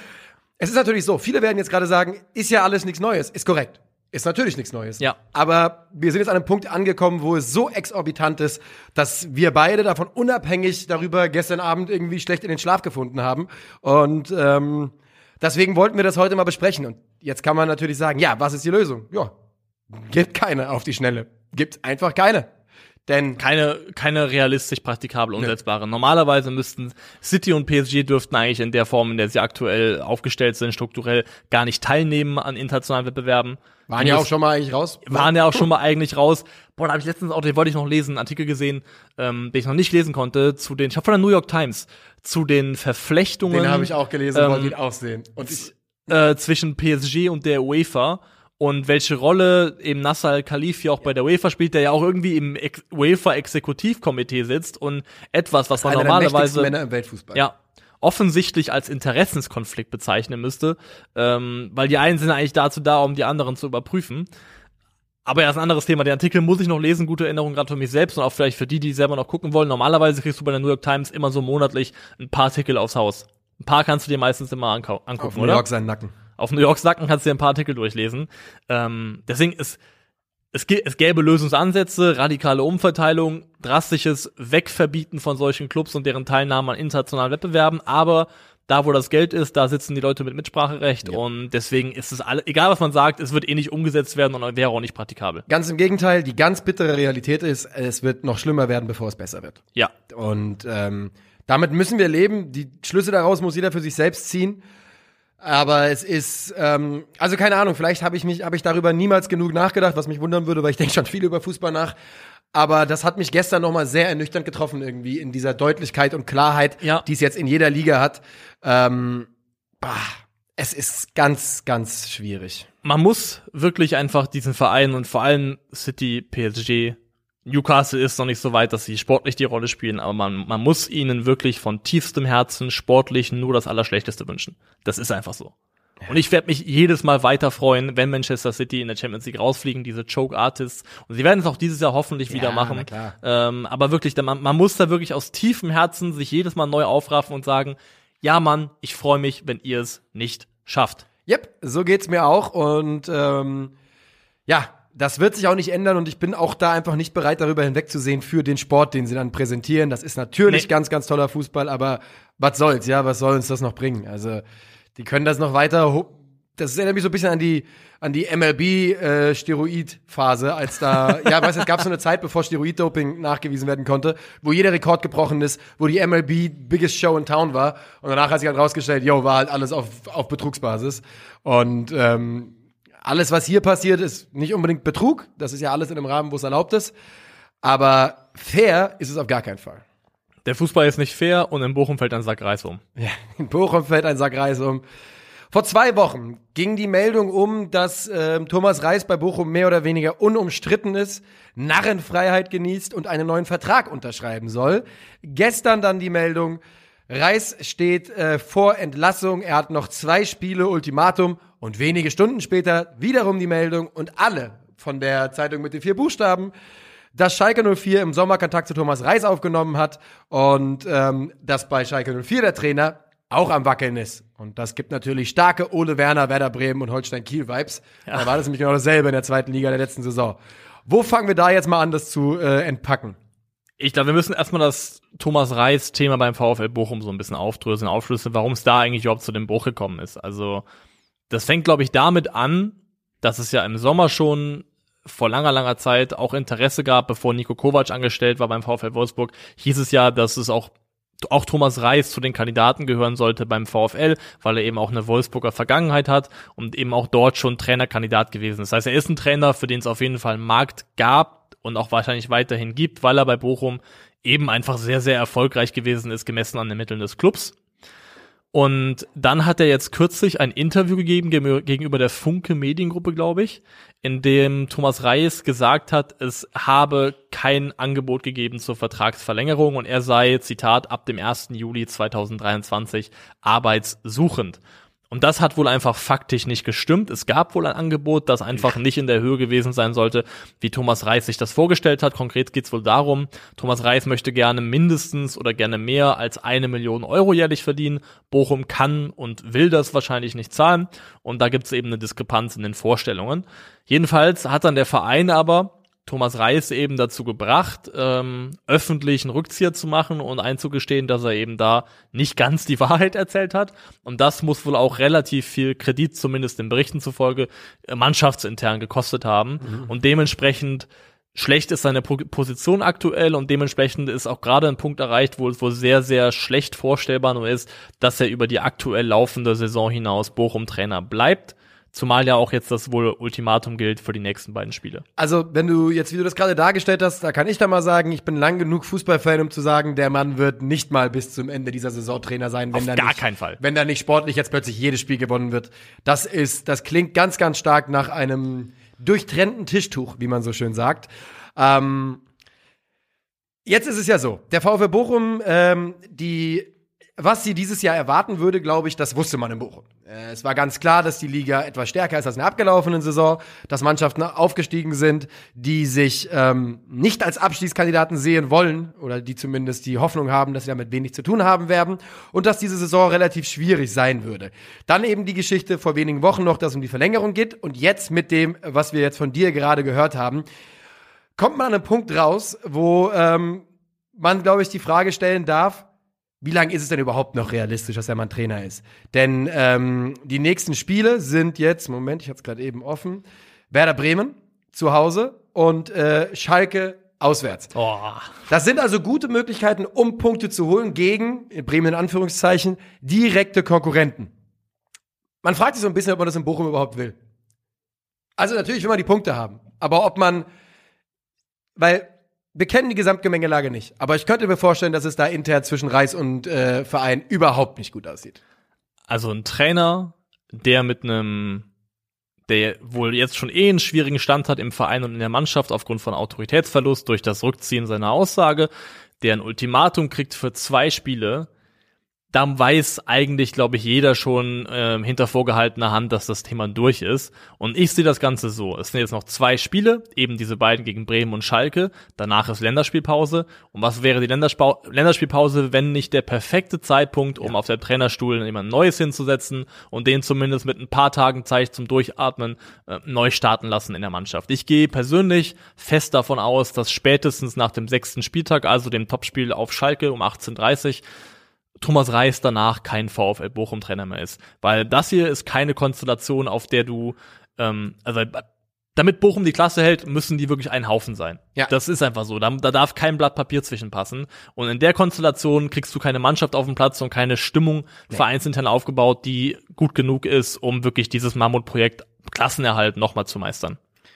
Speaker 2: Es ist natürlich so, viele werden jetzt gerade sagen, ist ja alles nichts Neues. Ist korrekt. Ist natürlich nichts Neues.
Speaker 3: Ja.
Speaker 2: Aber wir sind jetzt an einem Punkt angekommen, wo es so exorbitant ist, dass wir beide davon unabhängig darüber gestern Abend irgendwie schlecht in den Schlaf gefunden haben. Und ähm, deswegen wollten wir das heute mal besprechen. Und jetzt kann man natürlich sagen, ja, was ist die Lösung? Ja, gibt keine auf die Schnelle. Gibt einfach keine. Denn
Speaker 3: Keine, keine realistisch praktikable umsetzbare. Normalerweise müssten City und P S G dürften eigentlich in der Form, in der sie aktuell aufgestellt sind, strukturell gar nicht teilnehmen an internationalen Wettbewerben.
Speaker 2: waren ja auch schon mal eigentlich raus.
Speaker 3: Waren ja auch schon mal eigentlich raus. Boah, da habe ich letztens auch, den wollte ich noch lesen, einen Artikel gesehen, ähm, den ich noch nicht lesen konnte, zu den, ich habe von der New York Times, zu den Verflechtungen.
Speaker 2: Den habe ich auch gelesen,
Speaker 3: ähm,
Speaker 2: wollte ihn auch sehen. Und ich,
Speaker 3: äh, zwischen P S G und der UEFA und welche Rolle eben Nasser Al-Khalifi auch bei der UEFA spielt, der ja auch irgendwie im Ex- UEFA-Exekutivkomitee sitzt und etwas, was man
Speaker 2: einer der mächtigsten
Speaker 3: normalerweise
Speaker 2: Männer im Weltfußball.
Speaker 3: ja offensichtlich als Interessenskonflikt bezeichnen müsste, ähm, weil die einen sind eigentlich dazu da, um die anderen zu überprüfen. Aber ja, ist ein anderes Thema. Den Artikel muss ich noch lesen, gute Erinnerung gerade für mich selbst und auch vielleicht für die, die selber noch gucken wollen. Normalerweise kriegst du bei der New York Times immer so monatlich ein paar Artikel aufs Haus. Ein paar kannst du dir meistens immer ankau- angucken,
Speaker 2: Auf New
Speaker 3: oder?
Speaker 2: York seinen Nacken.
Speaker 3: Auf New Yorks Nacken kannst du dir ein paar Artikel durchlesen. Ähm, deswegen ist es, g- es gäbe Lösungsansätze, radikale Umverteilung, drastisches Wegverbieten von solchen Clubs und deren Teilnahme an internationalen Wettbewerben. Aber da, wo das Geld ist, da sitzen die Leute mit Mitspracherecht.
Speaker 2: Ja.
Speaker 3: Und deswegen ist es alle, egal was man sagt, es wird eh nicht umgesetzt werden und wäre auch nicht praktikabel.
Speaker 2: Ganz im Gegenteil, die ganz bittere Realität ist, es wird noch schlimmer werden, bevor es besser wird.
Speaker 3: Ja.
Speaker 2: Und ähm, damit müssen wir leben. Die Schlüsse daraus muss jeder für sich selbst ziehen. Aber es ist, ähm, also keine Ahnung, vielleicht habe ich mich, habe ich darüber niemals genug nachgedacht, was mich wundern würde, weil ich denke schon viel über Fußball nach. Aber das hat mich gestern nochmal sehr ernüchternd getroffen, irgendwie in dieser Deutlichkeit und Klarheit,
Speaker 3: Ja.
Speaker 2: die es jetzt in jeder Liga hat. Ähm, bah, es ist ganz, ganz schwierig.
Speaker 3: Man muss wirklich einfach diesen Verein und vor allem City, P S G, Newcastle ist noch nicht so weit, dass sie sportlich die Rolle spielen, aber man, man muss ihnen wirklich von tiefstem Herzen sportlich nur das Allerschlechteste wünschen. Das ist einfach so. Und ich werde mich jedes Mal weiter freuen, wenn Manchester City in der Champions League rausfliegen, diese Choke-Artists. Und sie werden es auch dieses Jahr hoffentlich
Speaker 2: Ja,
Speaker 3: wieder machen.
Speaker 2: na klar.
Speaker 3: Ähm, aber wirklich, da- man, man muss da wirklich aus tiefem Herzen sich jedes Mal neu aufraffen und sagen, ja Mann, ich freue mich, wenn ihr es nicht schafft.
Speaker 2: Yep, so geht's mir auch. Und ähm, ja, das wird sich auch nicht ändern und ich bin auch da einfach nicht bereit, darüber hinwegzusehen für den Sport, den sie dann präsentieren. Das ist natürlich
Speaker 3: Nee.
Speaker 2: ganz, ganz toller Fußball, aber was soll's, ja, was soll uns das noch bringen? Also, die können das noch weiter, ho- das erinnert mich so ein bisschen an die, an die M L B-Steroid-Phase, als da, ja, weißt du, es gab so eine Zeit, bevor Steroid-Doping nachgewiesen werden konnte, wo jeder Rekord gebrochen ist, wo die M L B biggest show in town war und danach hat sich halt rausgestellt, yo, war halt alles auf, auf Betrugsbasis und, ähm, alles, was hier passiert, ist nicht unbedingt Betrug. Das ist ja alles in einem Rahmen, wo es erlaubt ist. Aber fair ist es auf gar keinen Fall.
Speaker 3: Der Fußball ist nicht fair und in Bochum fällt ein Sack Reis um.
Speaker 2: Ja, in Bochum fällt ein Sack Reis um. Vor zwei Wochen ging die Meldung um, dass ähm, Thomas Reis bei Bochum mehr oder weniger unumstritten ist, Narrenfreiheit genießt und einen neuen Vertrag unterschreiben soll. Gestern dann die Meldung, Reis steht äh, vor Entlassung, er hat noch zwei Spiele, Ultimatum und wenige Stunden später wiederum die Meldung und alle von der Zeitung mit den vier Buchstaben, dass Schalke null vier im Sommer Kontakt zu Thomas Reis aufgenommen hat und ähm, dass bei Schalke null vier der Trainer auch am Wackeln ist. Und das gibt natürlich starke Ole Werner, Werder Bremen und Holstein Kiel-Vibes.
Speaker 3: Ja.
Speaker 2: Da war das nämlich genau dasselbe in der zweiten Liga der letzten Saison. Wo fangen wir da jetzt mal an, das zu äh, entpacken?
Speaker 3: Ich glaube, wir müssen erstmal das Thomas Reis-Thema beim VfL Bochum so ein bisschen aufdröseln, aufschlüsseln, warum es da eigentlich überhaupt zu dem Bruch gekommen ist. Also, das fängt, glaube ich, damit an, dass es ja im Sommer schon vor langer, langer Zeit auch Interesse gab, bevor Niko Kovac angestellt war beim VfL Wolfsburg, hieß es ja, dass es auch auch Thomas Reis zu den Kandidaten gehören sollte beim VfL, weil er eben auch eine Wolfsburger Vergangenheit hat und eben auch dort schon Trainerkandidat gewesen ist. Das heißt, er ist ein Trainer, für den es auf jeden Fall einen Markt gab und auch wahrscheinlich weiterhin gibt, weil er bei Bochum eben einfach sehr, sehr erfolgreich gewesen ist, gemessen an den Mitteln des Clubs. Und dann hat er jetzt kürzlich ein Interview gegeben gegenüber der Funke Mediengruppe, glaube ich, in dem Thomas Reis gesagt hat, es habe kein Angebot gegeben zur Vertragsverlängerung und er sei, Zitat, ab dem ersten Juli zweitausenddreiundzwanzig arbeitssuchend. Und das hat wohl einfach faktisch nicht gestimmt. Es gab wohl ein Angebot, das einfach nicht in der Höhe gewesen sein sollte, wie Thomas Reis sich das vorgestellt hat. Konkret geht es wohl darum, Thomas Reis möchte gerne mindestens oder gerne mehr als eine Million Euro jährlich verdienen. Bochum kann und will das wahrscheinlich nicht zahlen. Und da gibt es eben eine Diskrepanz in den Vorstellungen. Jedenfalls hat dann der Verein aber Thomas Reis eben dazu gebracht, ähm, öffentlich einen Rückzieher zu machen und einzugestehen, dass er eben da nicht ganz die Wahrheit erzählt hat. Und das muss wohl auch relativ viel Kredit, zumindest den Berichten zufolge, äh, mannschaftsintern gekostet haben. Mhm. Und dementsprechend schlecht ist seine Position aktuell und dementsprechend ist auch gerade ein Punkt erreicht, wo es wohl sehr, sehr schlecht vorstellbar nur ist, dass er über die aktuell laufende Saison hinaus Bochum-Trainer bleibt. Zumal ja auch jetzt das wohl Ultimatum gilt für die nächsten beiden Spiele.
Speaker 2: Also, wenn du jetzt, wie du das gerade dargestellt hast, da kann ich da mal sagen, ich bin lang genug Fußballfan, um zu sagen, der Mann wird nicht mal bis zum Ende dieser Saison Trainer sein, wenn
Speaker 3: Auf
Speaker 2: da
Speaker 3: gar
Speaker 2: nicht,
Speaker 3: keinen Fall.
Speaker 2: wenn da nicht sportlich jetzt plötzlich jedes Spiel gewonnen wird. Das ist, das klingt ganz, ganz stark nach einem durchtrennten Tischtuch, wie man so schön sagt. Ähm, jetzt ist es ja so, der VfL Bochum, ähm, die was sie dieses Jahr erwarten würde, glaube ich, das wusste man in Bochum. Äh, es war ganz klar, dass die Liga etwas stärker ist als in der abgelaufenen Saison, dass Mannschaften aufgestiegen sind, die sich ähm, nicht als Abstiegskandidaten sehen wollen oder die zumindest die Hoffnung haben, dass sie damit wenig zu tun haben werden und dass diese Saison relativ schwierig sein würde. Dann eben die Geschichte vor wenigen Wochen noch, dass es um die Verlängerung geht und jetzt mit dem, was wir jetzt von dir gerade gehört haben, kommt man an einen Punkt raus, wo ähm, man, glaube ich, die Frage stellen darf, wie lange ist es denn überhaupt noch realistisch, dass er mal ein Trainer ist? Denn ähm, die nächsten Spiele sind jetzt, Moment, ich hatte es gerade eben offen, Werder Bremen zu Hause und äh, Schalke auswärts.
Speaker 3: Oh.
Speaker 2: Das sind also gute Möglichkeiten, um Punkte zu holen gegen, in Bremen in Anführungszeichen, direkte Konkurrenten. Man fragt sich so ein bisschen, ob man das in Bochum überhaupt will. Also natürlich will man die Punkte haben, aber ob man, weil wir kennen die Gesamtgemengelage nicht, aber ich könnte mir vorstellen, dass es da intern zwischen Reis und äh, Verein überhaupt nicht gut aussieht.
Speaker 3: Also ein Trainer, der mit einem, der wohl jetzt schon eh einen schwierigen Stand hat im Verein und in der Mannschaft aufgrund von Autoritätsverlust durch das Rückziehen seiner Aussage, der ein Ultimatum kriegt für zwei Spiele, da weiß eigentlich, glaube ich, jeder schon äh, hinter vorgehaltener Hand, dass das Thema durch ist. Und ich sehe das Ganze so. Es sind jetzt noch zwei Spiele, eben diese beiden gegen Bremen und Schalke. Danach ist Länderspielpause. Und was wäre die Länderspau- Länderspielpause, wenn nicht der perfekte Zeitpunkt, um ja. auf der Trainerstuhl jemand Neues hinzusetzen und den zumindest mit ein paar Tagen Zeit zum Durchatmen äh, neu starten lassen in der Mannschaft. Ich gehe persönlich fest davon aus, dass spätestens nach dem sechsten Spieltag, also dem Topspiel auf Schalke um achtzehn Uhr dreißig, Thomas Reis danach kein VfL Bochum-Trainer mehr ist. Weil das hier ist keine Konstellation, auf der du, ähm, also damit Bochum die Klasse hält, müssen die wirklich ein Haufen sein. Ja. Das ist einfach so. Da, da darf kein Blatt Papier zwischenpassen. Und in der Konstellation kriegst du keine Mannschaft auf den Platz und keine Stimmung nee. vereinsintern aufgebaut, die gut genug ist, um wirklich dieses Mammutprojekt Klassenerhalt nochmal zu meistern.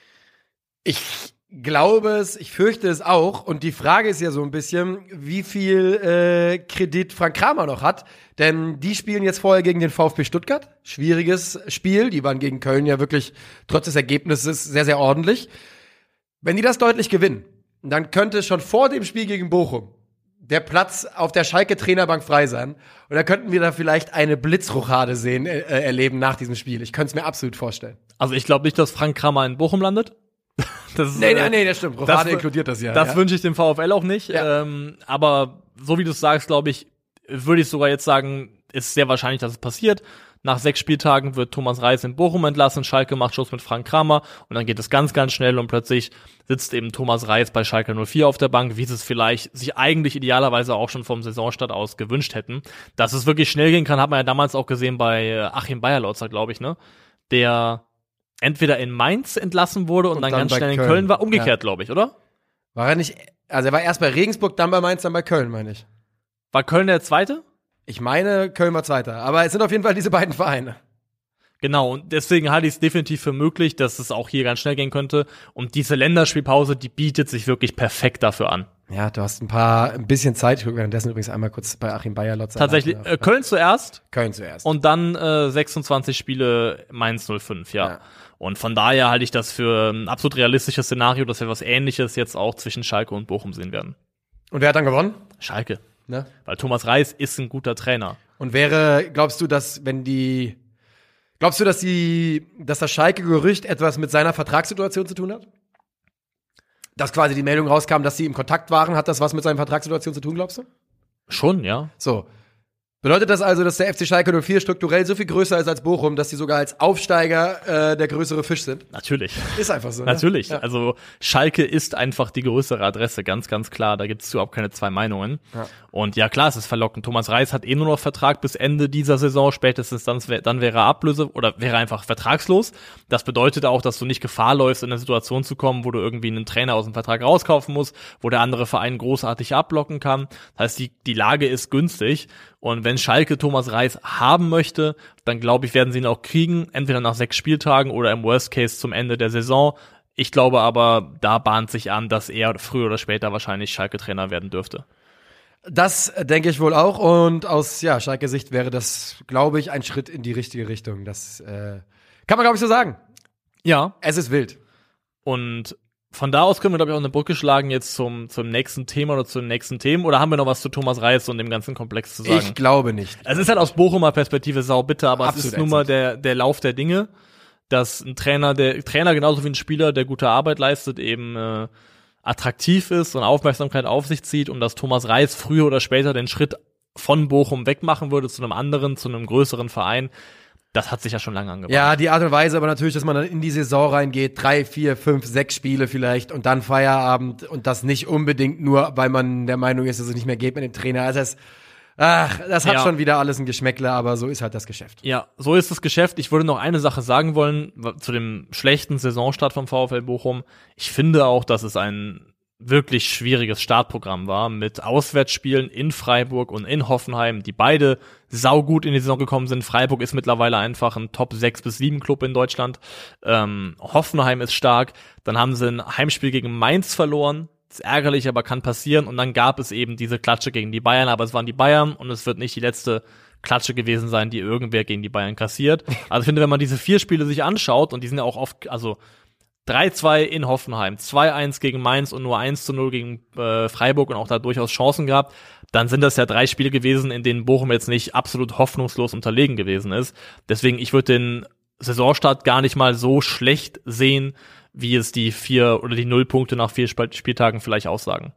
Speaker 2: Ich glaube es, ich fürchte es auch. Und die Frage ist ja so ein bisschen, wie viel äh, Kredit Frank Kramer noch hat. Denn die spielen jetzt vorher gegen den VfB Stuttgart. Schwieriges Spiel. Die waren gegen Köln ja wirklich trotz des Ergebnisses sehr, sehr ordentlich. Wenn die das deutlich gewinnen, dann könnte schon vor dem Spiel gegen Bochum der Platz auf der Schalke-Trainerbank frei sein. Und dann könnten wir da vielleicht eine Blitzrochade sehen, äh, erleben nach diesem Spiel. Ich könnte es mir absolut vorstellen.
Speaker 3: Also ich glaube nicht, dass Frank Kramer in Bochum landet.
Speaker 2: Das ist, nee, nee, nee, das stimmt. Rochade inkludiert das ja.
Speaker 3: Das
Speaker 2: ja.
Speaker 3: wünsche ich dem VfL auch nicht.
Speaker 2: Ja.
Speaker 3: Ähm, aber so wie du es sagst, glaube ich, würde ich sogar jetzt sagen, ist sehr wahrscheinlich, dass es passiert. Nach sechs Spieltagen wird Thomas Reis in Bochum entlassen, Schalke macht Schluss mit Frank Kramer und dann geht es ganz, ganz schnell und plötzlich sitzt eben Thomas Reis bei Schalke null vier auf der Bank, wie sie es vielleicht sich eigentlich idealerweise auch schon vom Saisonstart aus gewünscht hätten. Dass es wirklich schnell gehen kann, hat man ja damals auch gesehen bei Achim Bayerlautzer, glaube ich, ne? Der entweder in Mainz entlassen wurde und, und dann, dann ganz schnell in Köln, Köln war. Umgekehrt, ja. glaube ich, oder?
Speaker 2: War er nicht, also er war erst bei Regensburg, dann bei Mainz, dann bei Köln, meine ich.
Speaker 3: War Köln der Zweite?
Speaker 2: Ich meine, Köln war Zweiter. Aber es sind auf jeden Fall diese beiden Vereine.
Speaker 3: Genau, und deswegen halte ich es definitiv für möglich, dass es auch hier ganz schnell gehen könnte. Und diese Länderspielpause, die bietet sich wirklich perfekt dafür an.
Speaker 2: Ja, du hast ein paar, ein bisschen Zeit. Ich gucke währenddessen übrigens einmal kurz bei Achim Bayerlotzer.
Speaker 3: Tatsächlich, äh, Köln zuerst.
Speaker 2: Köln zuerst.
Speaker 3: Und dann äh, sechsundzwanzig Spiele Mainz null fünf, ja. ja. Und von daher halte ich das für ein absolut realistisches Szenario, dass wir was Ähnliches jetzt auch zwischen Schalke und Bochum sehen werden.
Speaker 2: Und wer hat dann gewonnen?
Speaker 3: Schalke.
Speaker 2: Ne?
Speaker 3: Weil Thomas Reis ist ein guter Trainer.
Speaker 2: Und wäre, glaubst du, dass wenn die, glaubst du, dass die, dass das Schalke-Gerücht etwas mit seiner Vertragssituation zu tun hat? Dass quasi die Meldung rauskam, dass sie im Kontakt waren, hat das was mit seiner Vertragssituation zu tun, glaubst du?
Speaker 3: Schon, ja.
Speaker 2: So. Bedeutet das also, dass der F C Schalke null vier strukturell so viel größer ist als Bochum, dass sie sogar als Aufsteiger äh, der größere Fisch sind?
Speaker 3: Natürlich.
Speaker 2: Ist einfach so. Ne?
Speaker 3: Natürlich.
Speaker 2: Ja.
Speaker 3: Also Schalke ist einfach die größere Adresse, ganz, ganz klar. Da gibt es überhaupt keine zwei Meinungen. Ja. Und ja, klar, es ist verlockend. Thomas Reis hat eh nur noch Vertrag bis Ende dieser Saison. Spätestens dann, dann wäre er Ablöse oder wäre einfach vertragslos. Das bedeutet auch, dass du nicht Gefahr läufst, in eine Situation zu kommen, wo du irgendwie einen Trainer aus dem Vertrag rauskaufen musst, wo der andere Verein großartig abblocken kann. Das heißt, die, die Lage ist günstig. Und wenn Schalke Thomas Reis haben möchte, dann glaube ich, werden sie ihn auch kriegen, entweder nach sechs Spieltagen oder im Worst Case zum Ende der Saison. Ich glaube aber, da bahnt sich an, dass er früher oder später wahrscheinlich Schalke-Trainer werden dürfte.
Speaker 2: Das denke ich wohl auch. Und aus ja, Schalke-Sicht wäre das, glaube ich, ein Schritt in die richtige Richtung. Das äh, kann man, glaube ich, so sagen.
Speaker 3: Ja.
Speaker 2: Es ist wild.
Speaker 3: Und von da aus können wir, glaube ich, auch eine Brücke schlagen jetzt zum, zum nächsten Thema oder zu den nächsten Themen. Oder haben wir noch was zu Thomas Reis und dem ganzen Komplex zu sagen?
Speaker 2: Ich glaube nicht.
Speaker 3: Es ist halt aus Bochumer Perspektive saubitter, aber
Speaker 2: Absolut
Speaker 3: es ist nun mal der, der Lauf der Dinge, dass ein Trainer, der Trainer genauso wie ein Spieler, der gute Arbeit leistet, eben äh, attraktiv ist und Aufmerksamkeit auf sich zieht und dass Thomas Reis früher oder später den Schritt von Bochum wegmachen würde zu einem anderen, zu einem größeren Verein. Das hat sich ja schon lange angewandt.
Speaker 2: Ja, die Art und Weise, aber natürlich, dass man dann in die Saison reingeht, drei, vier, fünf, sechs Spiele vielleicht und dann Feierabend und das nicht unbedingt nur, weil man der Meinung ist, dass es nicht mehr geht mit dem Trainer. Also das, ach, das hat
Speaker 3: ja.
Speaker 2: schon wieder alles ein Geschmäckle, aber so ist halt das Geschäft.
Speaker 3: Ja, so ist das Geschäft. Ich würde noch eine Sache sagen wollen zu dem schlechten Saisonstart vom VfL Bochum. Ich finde auch, dass es ein wirklich schwieriges Startprogramm war mit Auswärtsspielen in Freiburg und in Hoffenheim, die beide saugut in die Saison gekommen sind. Freiburg ist mittlerweile einfach ein Top sechs bis sieben Club in Deutschland. Ähm, Hoffenheim ist stark. Dann haben sie ein Heimspiel gegen Mainz verloren. Das ist ärgerlich, aber kann passieren. Und dann gab es eben diese Klatsche gegen die Bayern, aber es waren die Bayern und es wird nicht die letzte Klatsche gewesen sein, die irgendwer gegen die Bayern kassiert. Also ich finde, wenn man diese vier Spiele sich anschaut, und die sind ja auch oft, also drei zwei in Hoffenheim, zwei eins gegen Mainz und nur eins zu null gegen äh, Freiburg und auch da durchaus Chancen gehabt, dann sind das ja drei Spiele gewesen, in denen Bochum jetzt nicht absolut hoffnungslos unterlegen gewesen ist. Deswegen, ich würde den Saisonstart gar nicht mal so schlecht sehen, wie es die vier oder die null Punkte nach vier Sp- Spieltagen vielleicht aussagen.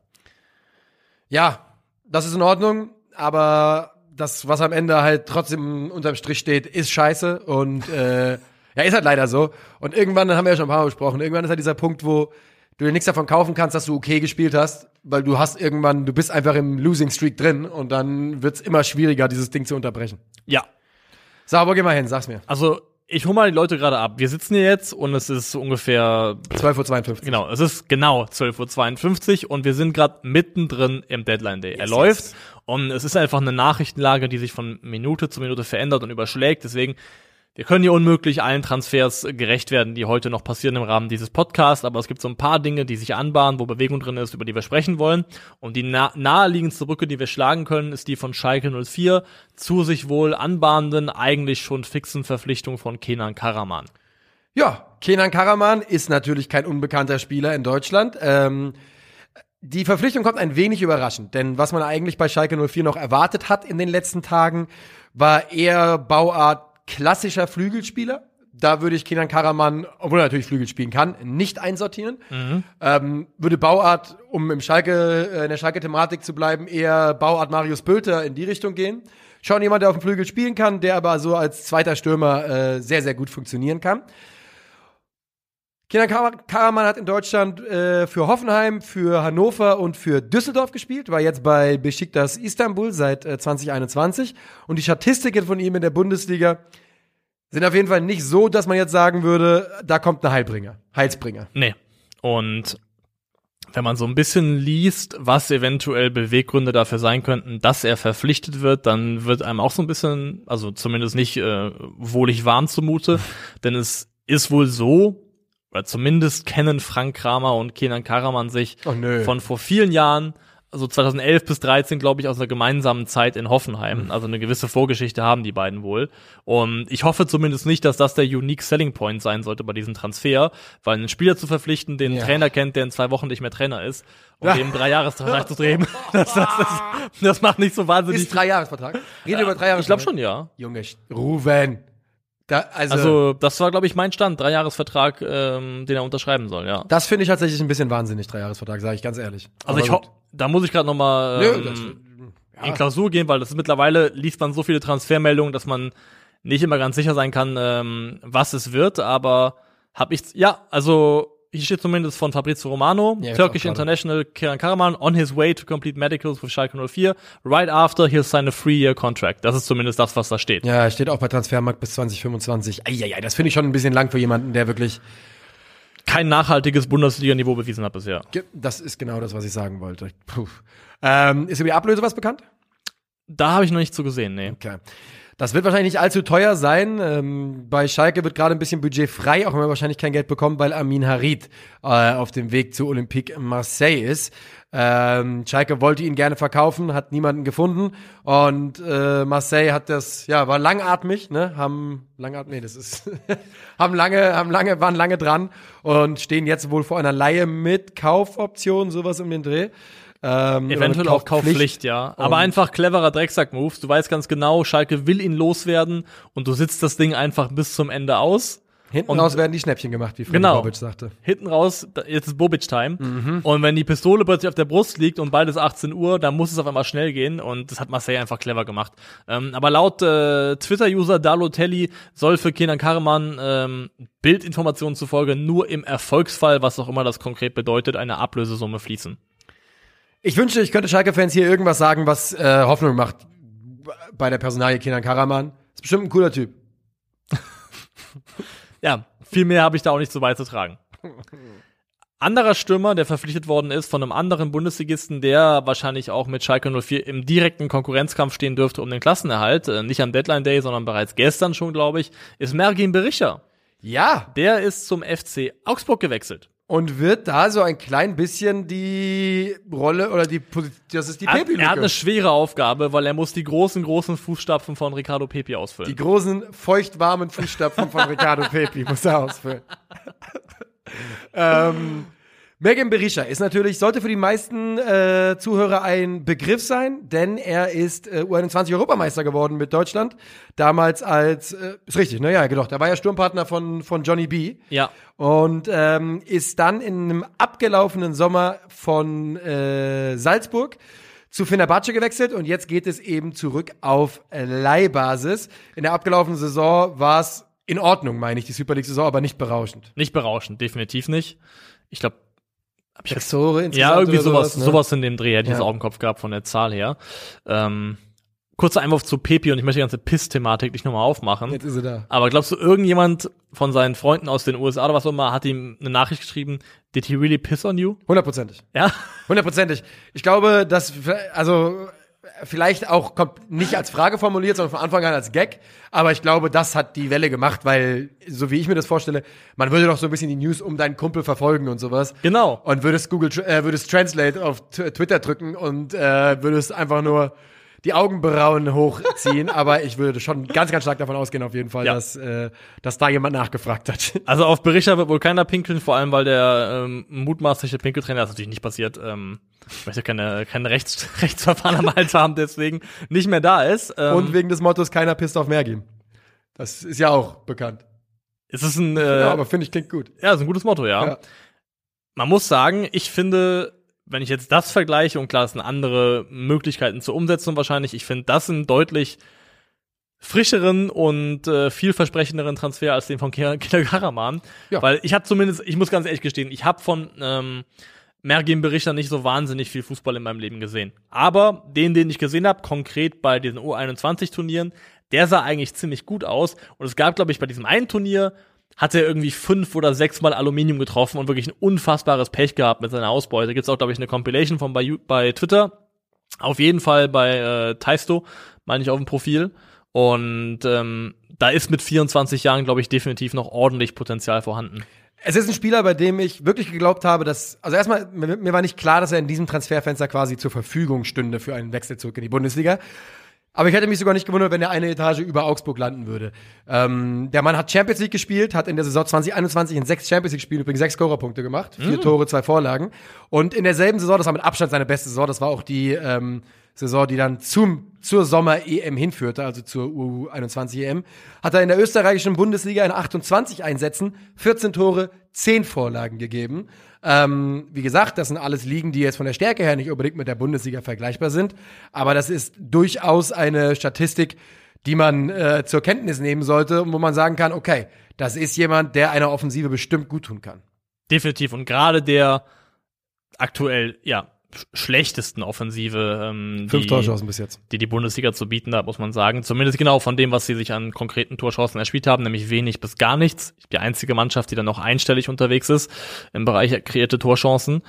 Speaker 2: Ja, das ist in Ordnung, aber das, was am Ende halt trotzdem unterm Strich steht, ist scheiße und äh, ja, ist halt leider so. Und irgendwann, dann haben wir ja schon ein paar Mal besprochen, irgendwann ist halt dieser Punkt, wo du dir nichts davon kaufen kannst, dass du okay gespielt hast, weil du hast irgendwann, du bist einfach im Losing Streak drin und dann wird's immer schwieriger, dieses Ding zu unterbrechen.
Speaker 3: Ja.
Speaker 2: So, wo geh mal hin, sag's mir.
Speaker 3: Also, ich hole mal die Leute gerade ab. Wir sitzen hier jetzt und es ist ungefähr
Speaker 2: zwölf Uhr zweiundfünfzig.
Speaker 3: Genau, es ist genau zwölf Uhr zweiundfünfzig und wir sind gerade mittendrin im Deadline Day.
Speaker 2: Yes,
Speaker 3: er läuft
Speaker 2: yes.
Speaker 3: Und es ist einfach eine Nachrichtenlage, die sich von Minute zu Minute verändert und überschlägt. Deswegen, wir können hier unmöglich allen Transfers gerecht werden, die heute noch passieren im Rahmen dieses Podcasts, aber es gibt so ein paar Dinge, die sich anbahnen, wo Bewegung drin ist, über die wir sprechen wollen. Und die nah- naheliegendste Brücke, die wir schlagen können, ist die von Schalke null vier zu sich wohl anbahnenden, eigentlich schon fixen Verpflichtung von Kenan Karaman.
Speaker 2: Ja, Kenan Karaman ist natürlich kein unbekannter Spieler in Deutschland. Ähm, die Verpflichtung kommt ein wenig überraschend, denn was man eigentlich bei Schalke null vier noch erwartet hat in den letzten Tagen, war eher Bauart klassischer Flügelspieler, Da würde ich Kenan Karaman, obwohl er natürlich Flügel spielen kann, nicht einsortieren.
Speaker 3: Mhm.
Speaker 2: Ähm, würde Bauart, um im Schalke, äh, in der Schalke-Thematik zu bleiben, eher Bauart Marius Bülter in die Richtung gehen. Schon jemand, der auf dem Flügel spielen kann, der aber so als zweiter Stürmer äh, sehr, sehr gut funktionieren kann. Kenan Kar- Karaman hat in Deutschland äh, für Hoffenheim, für Hannover und für Düsseldorf gespielt, war jetzt bei Besiktas Istanbul seit äh, zwanzig einundzwanzig. Und die Statistiken von ihm in der Bundesliga sind auf jeden Fall nicht so, dass man jetzt sagen würde, da kommt ein Heilbringer, Heilsbringer.
Speaker 3: Nee. Und wenn man so ein bisschen liest, was eventuell Beweggründe dafür sein könnten, dass er verpflichtet wird, dann wird einem auch so ein bisschen, also zumindest nicht äh, wohlig warm zumute, denn es ist wohl so, oder zumindest kennen Frank Kramer und Kenan Karaman sich
Speaker 2: Oh, nö.
Speaker 3: von vor vielen Jahren, also zweitausendelf bis dreizehn, glaube ich, aus einer gemeinsamen Zeit in Hoffenheim.
Speaker 2: Mhm.
Speaker 3: Also eine gewisse Vorgeschichte haben die beiden wohl. Und ich hoffe zumindest nicht, dass das der Unique Selling Point sein sollte bei diesem Transfer, weil einen Spieler zu verpflichten, den einen
Speaker 2: Ja.
Speaker 3: Trainer kennt, der in zwei Wochen nicht mehr Trainer ist, und dem drei Jahresvertrag zu drehen, das, das, das, das macht nicht so wahnsinnig.
Speaker 2: Ist Dreijahresvertrag? Reden wir über Dreijahresvertrag?
Speaker 3: Ich glaube schon, ja.
Speaker 2: Junge, Ruven. Da, also,
Speaker 3: Also das war, glaube ich, mein Stand. Dreijahresvertrag, ähm, den er unterschreiben soll, ja.
Speaker 2: das finde ich tatsächlich ein bisschen wahnsinnig, Dreijahresvertrag, sage ich ganz ehrlich.
Speaker 3: Also
Speaker 2: Aber
Speaker 3: ich
Speaker 2: gut.
Speaker 3: ho- da muss ich gerade noch mal
Speaker 2: Nö,
Speaker 3: ähm,
Speaker 2: das-
Speaker 3: in Klausur gehen, weil das ist mittlerweile, liest man so viele Transfermeldungen, dass man nicht immer ganz sicher sein kann, ähm, was es wird, aber hab ich, ja, also hier steht zumindest von Fabrizio Romano,
Speaker 2: Ja, jetzt
Speaker 3: Turkish
Speaker 2: auch gerade.
Speaker 3: International Kenan Karaman on his way to complete medicals with Schalke null vier. Right after he'll sign a three-year contract. Das ist zumindest das, was da steht.
Speaker 2: Ja, steht auch bei Transfermarkt bis zwanzig fünfundzwanzig. Eieiei, das finde ich schon ein bisschen lang für jemanden, der wirklich,
Speaker 3: Kein nachhaltiges Bundesliga-Niveau bewiesen hat bisher.
Speaker 2: das ist genau das, was ich sagen wollte. Puh. Ähm, ist über die Ablöse was bekannt?
Speaker 3: Da habe ich noch nicht so gesehen, nee.
Speaker 2: Okay. Das wird wahrscheinlich nicht allzu teuer sein. Ähm, bei Schalke wird gerade ein bisschen Budget frei, auch wenn man wahrscheinlich kein Geld bekommt, weil Amin Harid äh, auf dem Weg zu Olympique Marseille ist. Ähm, Schalke wollte ihn gerne verkaufen, hat niemanden gefunden und äh, Marseille hat das, ja, war langatmig, ne, haben langatmig, nee, das ist, haben lange, haben lange, waren lange dran und stehen jetzt wohl vor einer Leihe mit Kaufoption, sowas um den Dreh. Ähm,
Speaker 3: Eventuell
Speaker 2: oder
Speaker 3: auch
Speaker 2: mit
Speaker 3: Kaufpflicht, ja. Aber
Speaker 2: Und-
Speaker 3: einfach cleverer Drecksack-Move. Du weißt ganz genau, Schalke will ihn loswerden und du sitzt das Ding einfach bis zum Ende aus.
Speaker 2: Hinten
Speaker 3: Und-
Speaker 2: raus werden die Schnäppchen gemacht, wie Freddy
Speaker 3: Genau.
Speaker 2: Bobic sagte.
Speaker 3: Hinten raus, da- jetzt ist Bobic-Time.
Speaker 2: Mhm.
Speaker 3: Und wenn die Pistole plötzlich auf der Brust liegt und bald ist achtzehn Uhr, dann muss es auf einmal schnell gehen. Und das hat Marseille einfach clever gemacht. Ähm, aber laut äh, Twitter-User Dalotelli soll für Kenan Karaman ähm, Bildinformationen zufolge nur im Erfolgsfall, was auch immer das konkret bedeutet, eine Ablösesumme fließen.
Speaker 2: Ich wünschte, ich könnte Schalke-Fans hier irgendwas sagen, was äh, Hoffnung macht bei der Personalie Kenan Karaman. Ist bestimmt ein cooler Typ.
Speaker 3: Ja, viel mehr habe ich da auch nicht so beizutragen. Anderer Stürmer, der verpflichtet worden ist von einem anderen Bundesligisten, der wahrscheinlich auch mit Schalke null vier im direkten Konkurrenzkampf stehen dürfte um den Klassenerhalt, äh, nicht am Deadline Day, sondern bereits gestern schon, glaube ich, ist Mergin Berisha.
Speaker 2: Ja.
Speaker 3: Der ist zum F C Augsburg gewechselt.
Speaker 2: Und wird da so ein klein bisschen die Rolle oder die Position, das ist die
Speaker 3: Er, hat-
Speaker 2: Pepi-Lücke.
Speaker 3: er hat eine schwere Aufgabe, weil er muss die großen, großen Fußstapfen von Ricardo Pepi ausfüllen.
Speaker 2: Die großen, feuchtwarmen Fußstapfen von Ricardo Pepi muss er ausfüllen. ähm, Mergin Berisha ist natürlich, sollte für die meisten äh, Zuhörer ein Begriff sein, denn er ist äh, U einundzwanzig Europameister geworden mit Deutschland. Damals als, äh, ist richtig, ne? Ja, genau. Da war er Sturmpartner von, von Johnny B.
Speaker 3: Ja.
Speaker 2: Und ähm, ist dann in einem abgelaufenen Sommer von äh, Salzburg zu Fenerbahce gewechselt und jetzt geht es eben zurück auf Leihbasis. In der abgelaufenen Saison war es in Ordnung, meine ich, die Super League-Saison, aber nicht berauschend.
Speaker 3: Nicht berauschend, definitiv nicht. Ich glaube,
Speaker 2: Sechs Tore insgesamt
Speaker 3: ja, irgendwie
Speaker 2: oder
Speaker 3: sowas,
Speaker 2: ne?
Speaker 3: sowas in dem Dreh hätte ich
Speaker 2: Ja.
Speaker 3: jetzt auch im Kopf gehabt von der Zahl her. Ähm, kurzer Einwurf zu Pepi und ich möchte die ganze Piss-Thematik nicht nochmal aufmachen.
Speaker 2: Jetzt ist er da.
Speaker 3: Aber glaubst du, irgendjemand von seinen Freunden aus den U S A oder was auch immer hat ihm eine Nachricht geschrieben, did he really piss on you?
Speaker 2: Hundertprozentig.
Speaker 3: Ja?
Speaker 2: Hundertprozentig. Ich glaube, dass, also, vielleicht auch kommt nicht als Frage formuliert, sondern von Anfang an als Gag. Aber ich glaube, das hat die Welle gemacht, weil, so wie ich mir das vorstelle, man würde doch so ein bisschen die News um deinen Kumpel verfolgen und sowas.
Speaker 3: Genau.
Speaker 2: Und würdest Google, äh, würdest Translate auf T- Twitter drücken und äh, würdest einfach nur die Augenbrauen hochziehen. Aber ich würde schon ganz, ganz stark davon ausgehen, auf jeden Fall,
Speaker 3: Ja.
Speaker 2: dass, äh, dass da jemand nachgefragt hat.
Speaker 3: Also auf Berisha wird wohl keiner pinkeln, vor allem weil der ähm, mutmaßliche Pinkeltrainer, das ist natürlich nicht passiert, ähm, ich möchte keine, keine Rechts, Rechtsverfahren am Hals haben, deswegen nicht mehr da ist. Ähm,
Speaker 2: Und wegen des Mottos, keiner pisst auf Mergin. Das ist ja auch bekannt.
Speaker 3: Es ist ein, äh,
Speaker 2: ja, aber finde ich, klingt gut.
Speaker 3: Ja, ist ein gutes Motto, ja. ja. Man muss sagen, ich finde, wenn ich jetzt das vergleiche, und klar, es sind andere Möglichkeiten zur Umsetzung wahrscheinlich, ich finde das einen deutlich frischeren und äh, vielversprechenderen Transfer als den von Killer Karaman. Ja. Weil ich habe zumindest, ich muss ganz ehrlich gestehen, ich habe von ähm, Mergim-Berichtern nicht so wahnsinnig viel Fußball in meinem Leben gesehen. Aber den, den ich gesehen habe, konkret bei diesen U einundzwanzig Turnieren, der sah eigentlich ziemlich gut aus. Und es gab, glaube ich, bei diesem einen Turnier hat er irgendwie fünf oder sechs Mal Aluminium getroffen und wirklich ein unfassbares Pech gehabt mit seiner Ausbeute. Gibt's auch, glaube ich, eine Compilation von bei, bei Twitter. Auf jeden Fall bei äh, Taisto, meine ich, auf dem Profil. Und ähm, da ist mit vierundzwanzig Jahren, glaube ich, definitiv noch ordentlich Potenzial vorhanden.
Speaker 2: Es ist ein Spieler, bei dem ich wirklich geglaubt habe, dass, also erstmal, mir, mir war nicht klar, dass er in diesem Transferfenster quasi zur Verfügung stünde für einen Wechsel zurück in die Bundesliga. Aber ich hätte mich sogar nicht gewundert, wenn er eine Etage über Augsburg landen würde. Ähm, der Mann hat Champions League gespielt, hat in der Saison zwanzig einundzwanzig in sechs Champions League-Spielen übrigens sechs Scorerpunkte gemacht. Vier mm. Tore, zwei Vorlagen. Und in derselben Saison, das war mit Abstand seine beste Saison, das war auch die ähm, Saison, die dann zum, zur Sommer-E M hinführte, also zur U einundzwanzig E M, hat er in der österreichischen Bundesliga in achtundzwanzig Einsätzen vierzehn Tore, zehn Vorlagen gegeben. Ähm, wie gesagt, das sind alles Ligen, die jetzt von der Stärke her nicht unbedingt mit der Bundesliga vergleichbar sind. Aber das ist durchaus eine Statistik, die man äh, zur Kenntnis nehmen sollte und wo man sagen kann, okay, das ist jemand, der einer Offensive bestimmt gut tun kann.
Speaker 3: Definitiv. Und gerade der aktuell, ja, schlechtesten Offensive, ähm,
Speaker 2: Fünf
Speaker 3: die,
Speaker 2: Torchancen bis jetzt,
Speaker 3: die die Bundesliga zu bieten hat, muss man sagen. Zumindest genau von dem, was sie sich an konkreten Torchancen erspielt haben, nämlich wenig bis gar nichts. Die einzige Mannschaft, die dann noch einstellig unterwegs ist im Bereich kreierte Torchancen.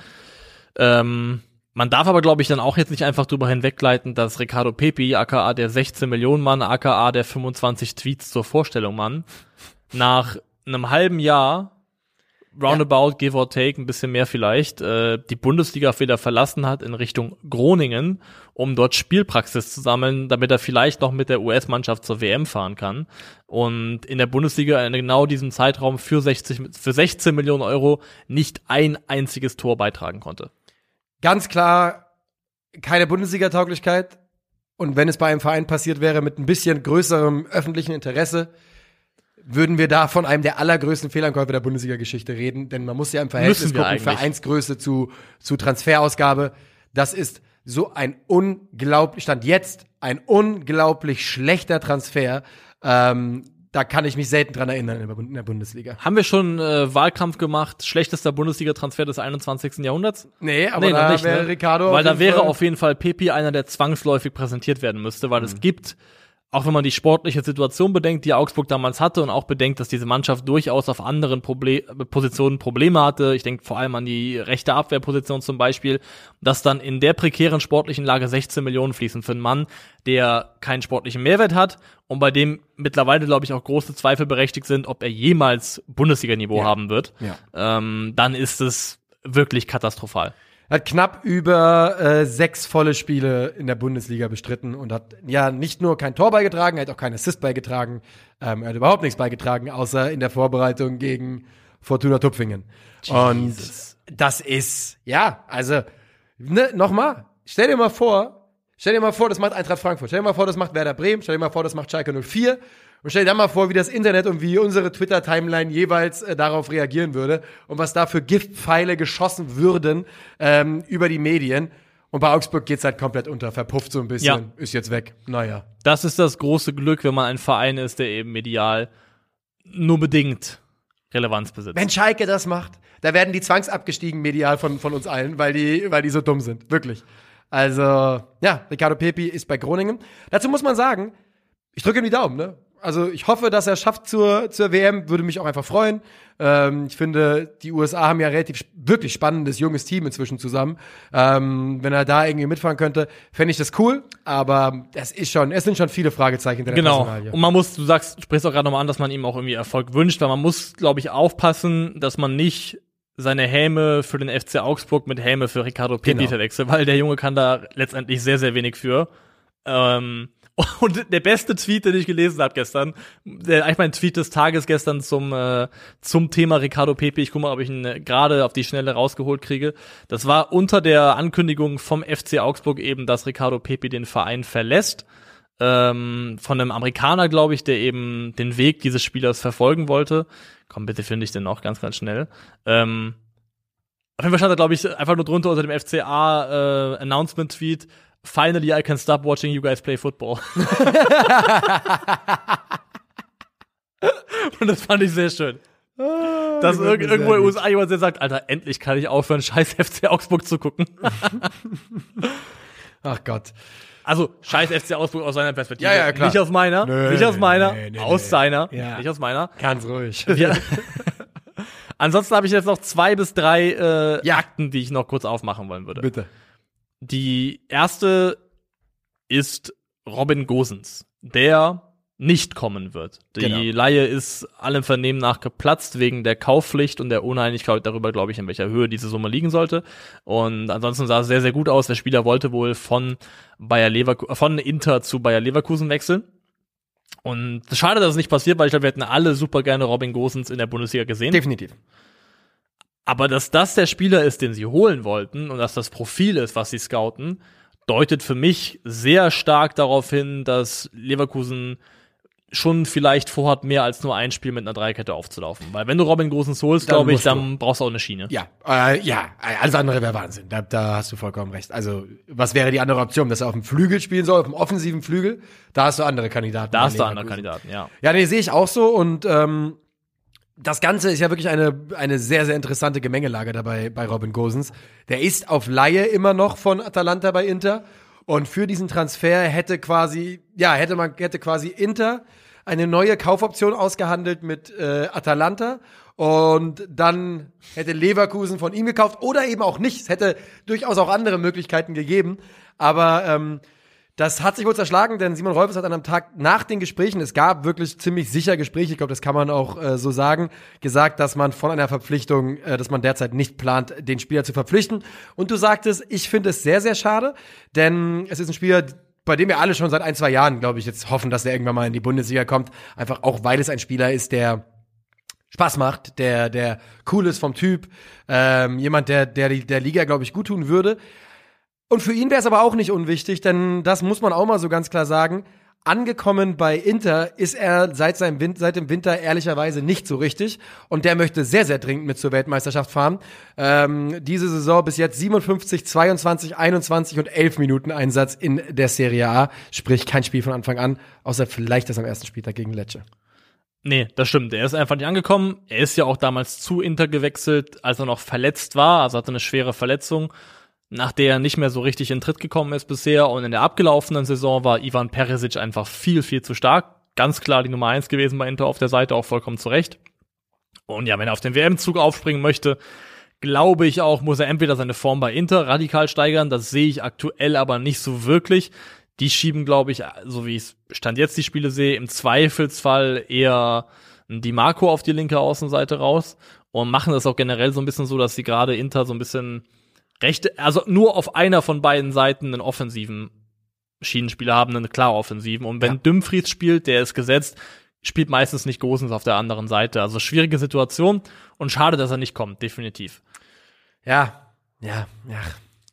Speaker 3: Ähm, man darf aber, glaube ich, dann auch jetzt nicht einfach drüber hinwegleiten, dass Ricardo Pepi, aka der sechzehn Millionen Mann, aka der fünfundzwanzig Tweets zur Vorstellung Mann, nach einem halben Jahr roundabout, ja. give or take, ein bisschen mehr vielleicht, äh, die Bundesliga wieder verlassen hat in Richtung Groningen, um dort Spielpraxis zu sammeln, damit er vielleicht noch mit der U S-Mannschaft zur W M fahren kann. Und in der Bundesliga in genau diesem Zeitraum für sechzig, für sechzehn Millionen Euro nicht ein einziges Tor beitragen konnte.
Speaker 2: Ganz klar keine Bundesliga-Tauglichkeit. Und wenn es bei einem Verein passiert wäre mit ein bisschen größerem öffentlichen Interesse, würden wir da von einem der allergrößten Fehlankäufe der Bundesliga-Geschichte reden. Denn man muss ja im Verhältnis gucken, eigentlich. Vereinsgröße zu, zu Transferausgabe. Das ist so ein unglaublich, Stand jetzt, ein unglaublich schlechter Transfer. Ähm, da kann ich mich selten dran erinnern in der Bundesliga.
Speaker 3: Haben wir schon äh, Wahlkampf gemacht, schlechtester Bundesliga-Transfer des einundzwanzigsten Jahrhunderts?
Speaker 2: Nee, aber nee, da wäre ne? Ricardo.
Speaker 3: Weil da wäre Fall auf jeden Fall Pepi einer, der zwangsläufig präsentiert werden müsste, weil mhm. es gibt, auch wenn man die sportliche Situation bedenkt, die Augsburg damals hatte und auch bedenkt, dass diese Mannschaft durchaus auf anderen Proble- Positionen Probleme hatte, ich denke vor allem an die rechte Abwehrposition zum Beispiel, dass dann in der prekären sportlichen Lage sechzehn Millionen fließen für einen Mann, der keinen sportlichen Mehrwert hat und bei dem mittlerweile, glaube ich, auch große Zweifel berechtigt sind, ob er jemals Bundesliga-Niveau ja. haben wird, ja. ähm, dann ist es wirklich katastrophal.
Speaker 2: Hat knapp über äh, sechs volle Spiele in der Bundesliga bestritten und hat ja nicht nur kein Tor beigetragen, er hat auch keinen Assist beigetragen, ähm, er hat überhaupt nichts beigetragen, außer in der Vorbereitung gegen Fortuna Tübingen. Und das ist, ja, also, ne, nochmal, stell dir mal vor, stell dir mal vor, das macht Eintracht Frankfurt, stell dir mal vor, das macht Werder Bremen, stell dir mal vor, das macht Schalke null vier. Und stell dir mal vor, wie das Internet und wie unsere Twitter-Timeline jeweils äh, darauf reagieren würde und was da für Giftpfeile geschossen würden ähm, über die Medien. Und bei Augsburg geht's halt komplett unter, verpufft so ein bisschen, ja. Ist jetzt weg. Naja.
Speaker 3: Das ist das große Glück, wenn man ein Verein ist, der eben medial nur bedingt Relevanz besitzt.
Speaker 2: Wenn Schalke das macht, da werden die zwangsabgestiegen medial von, von uns allen, weil die, weil die so dumm sind. Wirklich. Also, ja, Ricardo Pepi ist bei Groningen. Dazu muss man sagen, ich drücke ihm die Daumen, ne? Also ich hoffe, dass er es schafft zur, zur W M, würde mich auch einfach freuen. Ähm, ich finde, die U S A haben ja relativ wirklich spannendes, junges Team inzwischen zusammen. Ähm, wenn er da irgendwie mitfahren könnte, fände ich das cool. Aber das ist schon, es sind schon viele Fragezeichen hinter der
Speaker 3: Genau.
Speaker 2: Personalie.
Speaker 3: Und man muss, du sagst, du sprichst auch gerade nochmal an, dass man ihm auch irgendwie Erfolg wünscht, weil man muss, glaube ich, aufpassen, dass man nicht seine Häme für den F C Augsburg mit Häme für Ricardo Pepi genau. verwechselt, weil der Junge kann da letztendlich sehr, sehr wenig für. Ähm, Und der beste Tweet, den ich gelesen habe gestern, der, eigentlich mein Tweet des Tages gestern zum äh, zum Thema Ricardo Pepi, ich gucke mal, ob ich ihn äh, gerade auf die Schnelle rausgeholt kriege, das war unter der Ankündigung vom F C Augsburg eben, dass Ricardo Pepi den Verein verlässt. ähm, von einem Amerikaner, glaube ich, der eben den Weg dieses Spielers verfolgen wollte. Komm, bitte finde ich den auch ganz, ganz schnell. Ähm, auf jeden Fall stand da, glaube ich, einfach nur drunter unter dem F C A äh, Announcement-Tweet: Finally, I can stop watching you guys play football. Und das fand ich sehr schön.
Speaker 2: Ah,
Speaker 3: Dass irg- irgendwo in den U S A jemand der sagt, Alter, endlich kann ich aufhören, scheiß F C Augsburg zu gucken.
Speaker 2: Ach Gott.
Speaker 3: Also, scheiß F C Augsburg aus seiner Perspektive.
Speaker 2: Ja, ja, klar.
Speaker 3: Nicht aus meiner,
Speaker 2: Nö,
Speaker 3: nicht aus meiner,
Speaker 2: nee, nee,
Speaker 3: aus
Speaker 2: nee.
Speaker 3: seiner,
Speaker 2: Ja.
Speaker 3: nicht aus meiner.
Speaker 2: Ganz ruhig.
Speaker 3: Ja. Ansonsten habe ich jetzt noch zwei bis drei äh,
Speaker 2: Ja.
Speaker 3: Akten, die ich noch kurz aufmachen wollen würde.
Speaker 2: Bitte.
Speaker 3: Die erste ist Robin Gosens, der nicht kommen wird. Die
Speaker 2: Genau.
Speaker 3: Leihe ist allem Vernehmen nach geplatzt wegen der Kaufpflicht und der Uneinigkeit darüber, glaube ich, in welcher Höhe diese Summe liegen sollte. Und ansonsten sah es sehr, sehr gut aus. Der Spieler wollte wohl von Bayer Leverkusen, von Inter zu Bayer Leverkusen wechseln. Und schade, dass es nicht passiert, weil ich glaube, wir hätten alle super gerne Robin Gosens in der Bundesliga gesehen.
Speaker 2: Definitiv.
Speaker 3: Aber dass das der Spieler ist, den sie holen wollten und dass das Profil ist, was sie scouten, deutet für mich sehr stark darauf hin, dass Leverkusen schon vielleicht vorhat, mehr als nur ein Spiel mit einer Dreikette aufzulaufen. Weil wenn du Robin Gosens holst,
Speaker 2: Dann
Speaker 3: glaube ich,
Speaker 2: musst du.
Speaker 3: dann brauchst du auch eine Schiene.
Speaker 2: Ja, äh, ja, alles andere wäre Wahnsinn. Da, da hast du vollkommen recht. Also, was wäre die andere Option, dass er auf dem Flügel spielen soll, auf dem offensiven Flügel? Da hast du andere Kandidaten.
Speaker 3: Da
Speaker 2: bei
Speaker 3: hast du andere
Speaker 2: Leverkusen.
Speaker 3: Kandidaten, ja.
Speaker 2: Ja, nee, sehe ich auch so. Und ähm, das Ganze ist ja wirklich eine, eine sehr, sehr interessante Gemengelage dabei bei Robin Gosens. Der ist auf Leihe immer noch von Atalanta bei Inter. Und für diesen Transfer hätte quasi, ja, hätte man, hätte quasi Inter eine neue Kaufoption ausgehandelt mit äh, Atalanta. Und dann hätte Leverkusen von ihm gekauft oder eben auch nicht. Es hätte durchaus auch andere Möglichkeiten gegeben. Aber ähm, das hat sich wohl zerschlagen, denn Simon Rolfes hat an einem Tag nach den Gesprächen, es gab wirklich ziemlich sicher Gespräche, ich glaube, das kann man auch äh, so sagen, gesagt, dass man von einer Verpflichtung, äh, dass man derzeit nicht plant, den Spieler zu verpflichten. Und du sagtest, ich finde es sehr, sehr schade, denn es ist ein Spieler, bei dem wir alle schon seit ein, zwei Jahren, glaube ich, jetzt hoffen, dass er irgendwann mal in die Bundesliga kommt. Einfach auch, weil es ein Spieler ist, der Spaß macht, der, der cool ist vom Typ, ähm, jemand, der, der der Liga, glaube ich, gut tun würde. Und für ihn wäre es aber auch nicht unwichtig, denn das muss man auch mal so ganz klar sagen. Angekommen bei Inter ist er seit seinem Win- seit dem Winter ehrlicherweise nicht so richtig. Und der möchte sehr, sehr dringend mit zur Weltmeisterschaft fahren. Ähm, diese Saison bis jetzt siebenundfünfzig, zweiundzwanzig, einundzwanzig und elf Minuten Einsatz in der Serie A. Sprich, kein Spiel von Anfang an, außer vielleicht das am ersten Spieltag gegen Lecce.
Speaker 3: Nee, das stimmt. Er ist einfach nicht angekommen. Er ist ja auch damals zu Inter gewechselt, als er noch verletzt war. Also hatte eine schwere Verletzung, nach der er nicht mehr so richtig in Tritt gekommen ist bisher. Und in der abgelaufenen Saison war Ivan Perisic einfach viel, viel zu stark. Ganz klar die Nummer eins gewesen bei Inter auf der Seite, auch vollkommen zu Recht. Und ja, wenn er auf den W M-Zug aufspringen möchte, glaube ich auch, muss er entweder seine Form bei Inter radikal steigern. Das sehe ich aktuell aber nicht so wirklich. Die schieben, glaube ich, so wie ich Stand jetzt die Spiele sehe, im Zweifelsfall eher Di Marco auf die linke Außenseite raus und machen das auch generell so ein bisschen so, dass sie gerade Inter so ein bisschen rechte, also nur auf einer von beiden Seiten einen offensiven Schienenspieler haben, einen klar offensiven. Und wenn
Speaker 2: Ja.
Speaker 3: Dumfries spielt, der ist gesetzt, spielt meistens nicht Gosens auf der anderen Seite. Also schwierige Situation und schade, dass er nicht kommt, definitiv.
Speaker 2: Ja, ja, ja.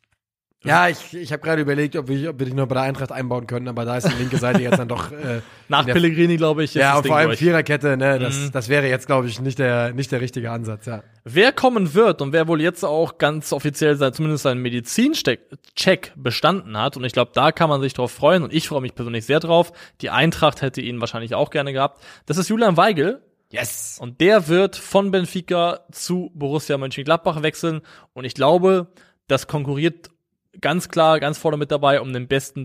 Speaker 2: Ja, ich, ich habe gerade überlegt, ob wir, ob wir dich noch bei der Eintracht einbauen können, aber da ist die linke Seite jetzt dann doch äh,
Speaker 3: Nach
Speaker 2: in der-
Speaker 3: Pellegrini, glaube ich, ist
Speaker 2: ja,
Speaker 3: das
Speaker 2: und
Speaker 3: Ding
Speaker 2: vor allem
Speaker 3: durch.
Speaker 2: Viererkette, ne, das,
Speaker 3: Mhm.
Speaker 2: das wäre jetzt, glaube ich, nicht der, nicht der richtige Ansatz, ja.
Speaker 3: Wer kommen wird und wer wohl jetzt auch ganz offiziell sein, zumindest seinen Medizincheck bestanden hat, und ich glaube, da kann man sich drauf freuen, und ich freue mich persönlich sehr drauf. Die Eintracht hätte ihn wahrscheinlich auch gerne gehabt. Das ist Julian Weigl.
Speaker 2: Yes.
Speaker 3: Und der wird von Benfica zu Borussia Mönchengladbach wechseln. Und ich glaube, das konkurriert ganz klar, ganz vorne mit dabei um den besten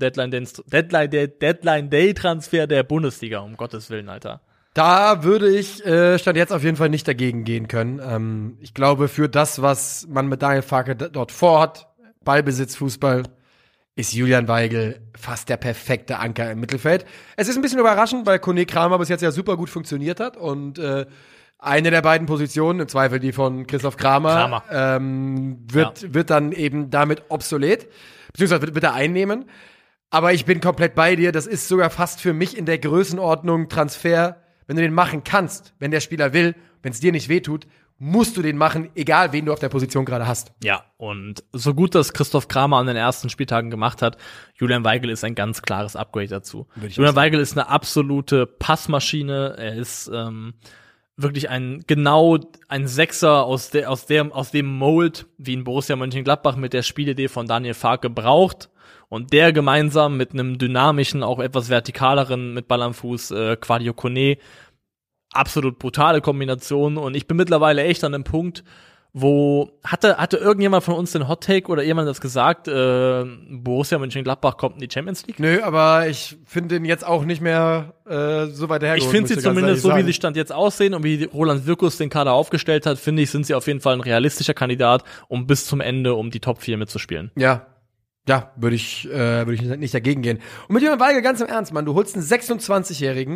Speaker 3: Deadline-Day-Transfer der Bundesliga, um Gottes Willen, Alter.
Speaker 2: Da würde ich äh, Stand jetzt auf jeden Fall nicht dagegen gehen können. Ähm, ich glaube, für das, was man mit Daniel Farke d- dort vorhat, Ballbesitz, Fußball, ist Julian Weigl fast der perfekte Anker im Mittelfeld. Es ist ein bisschen überraschend, weil Kone Kramer bis jetzt ja super gut funktioniert hat und äh, eine der beiden Positionen, im Zweifel die von Christoph Kramer,
Speaker 3: Kramer.
Speaker 2: Ähm, wird, wird dann eben damit obsolet, beziehungsweise wird, wird er einnehmen. Aber ich bin komplett bei dir. Das ist sogar fast für mich in der Größenordnung Transfer, wenn du den machen kannst, wenn der Spieler will, wenn es dir nicht wehtut, musst du den machen, egal wen du auf der Position gerade hast.
Speaker 3: Ja, und so gut das Christoph Kramer an den ersten Spieltagen gemacht hat, Julian Weigl ist ein ganz klares Upgrade dazu. Julian Weigl ist eine absolute Passmaschine. Er ist ähm, wirklich ein genau ein Sechser aus der aus der aus dem Mold, wie ihn Borussia Mönchengladbach mit der Spielidee von Daniel Farke braucht. Und der gemeinsam mit einem dynamischen, auch etwas vertikaleren mit Ball am Fuß äh, Kvadio Kone, absolut brutale Kombination. Und ich bin mittlerweile echt an einem Punkt, wo hatte hatte irgendjemand von uns den Hot Take oder jemand das gesagt, äh, Borussia Mönchengladbach kommt in die Champions League?
Speaker 2: Nö, aber ich finde den jetzt auch nicht mehr äh, so weit hergeholt.
Speaker 3: Ich finde sie zumindest so, wie sie Stand jetzt aussehen und wie Roland Wirkus den Kader aufgestellt hat, finde ich, sind sie auf jeden Fall ein realistischer Kandidat, um bis zum Ende um die Top vier mitzuspielen.
Speaker 2: Ja. Ja, würde ich, äh, würde ich nicht dagegen gehen. Und mit Julian Weigl, ganz im Ernst, Mann, du holst einen sechsundzwanzigjährigen,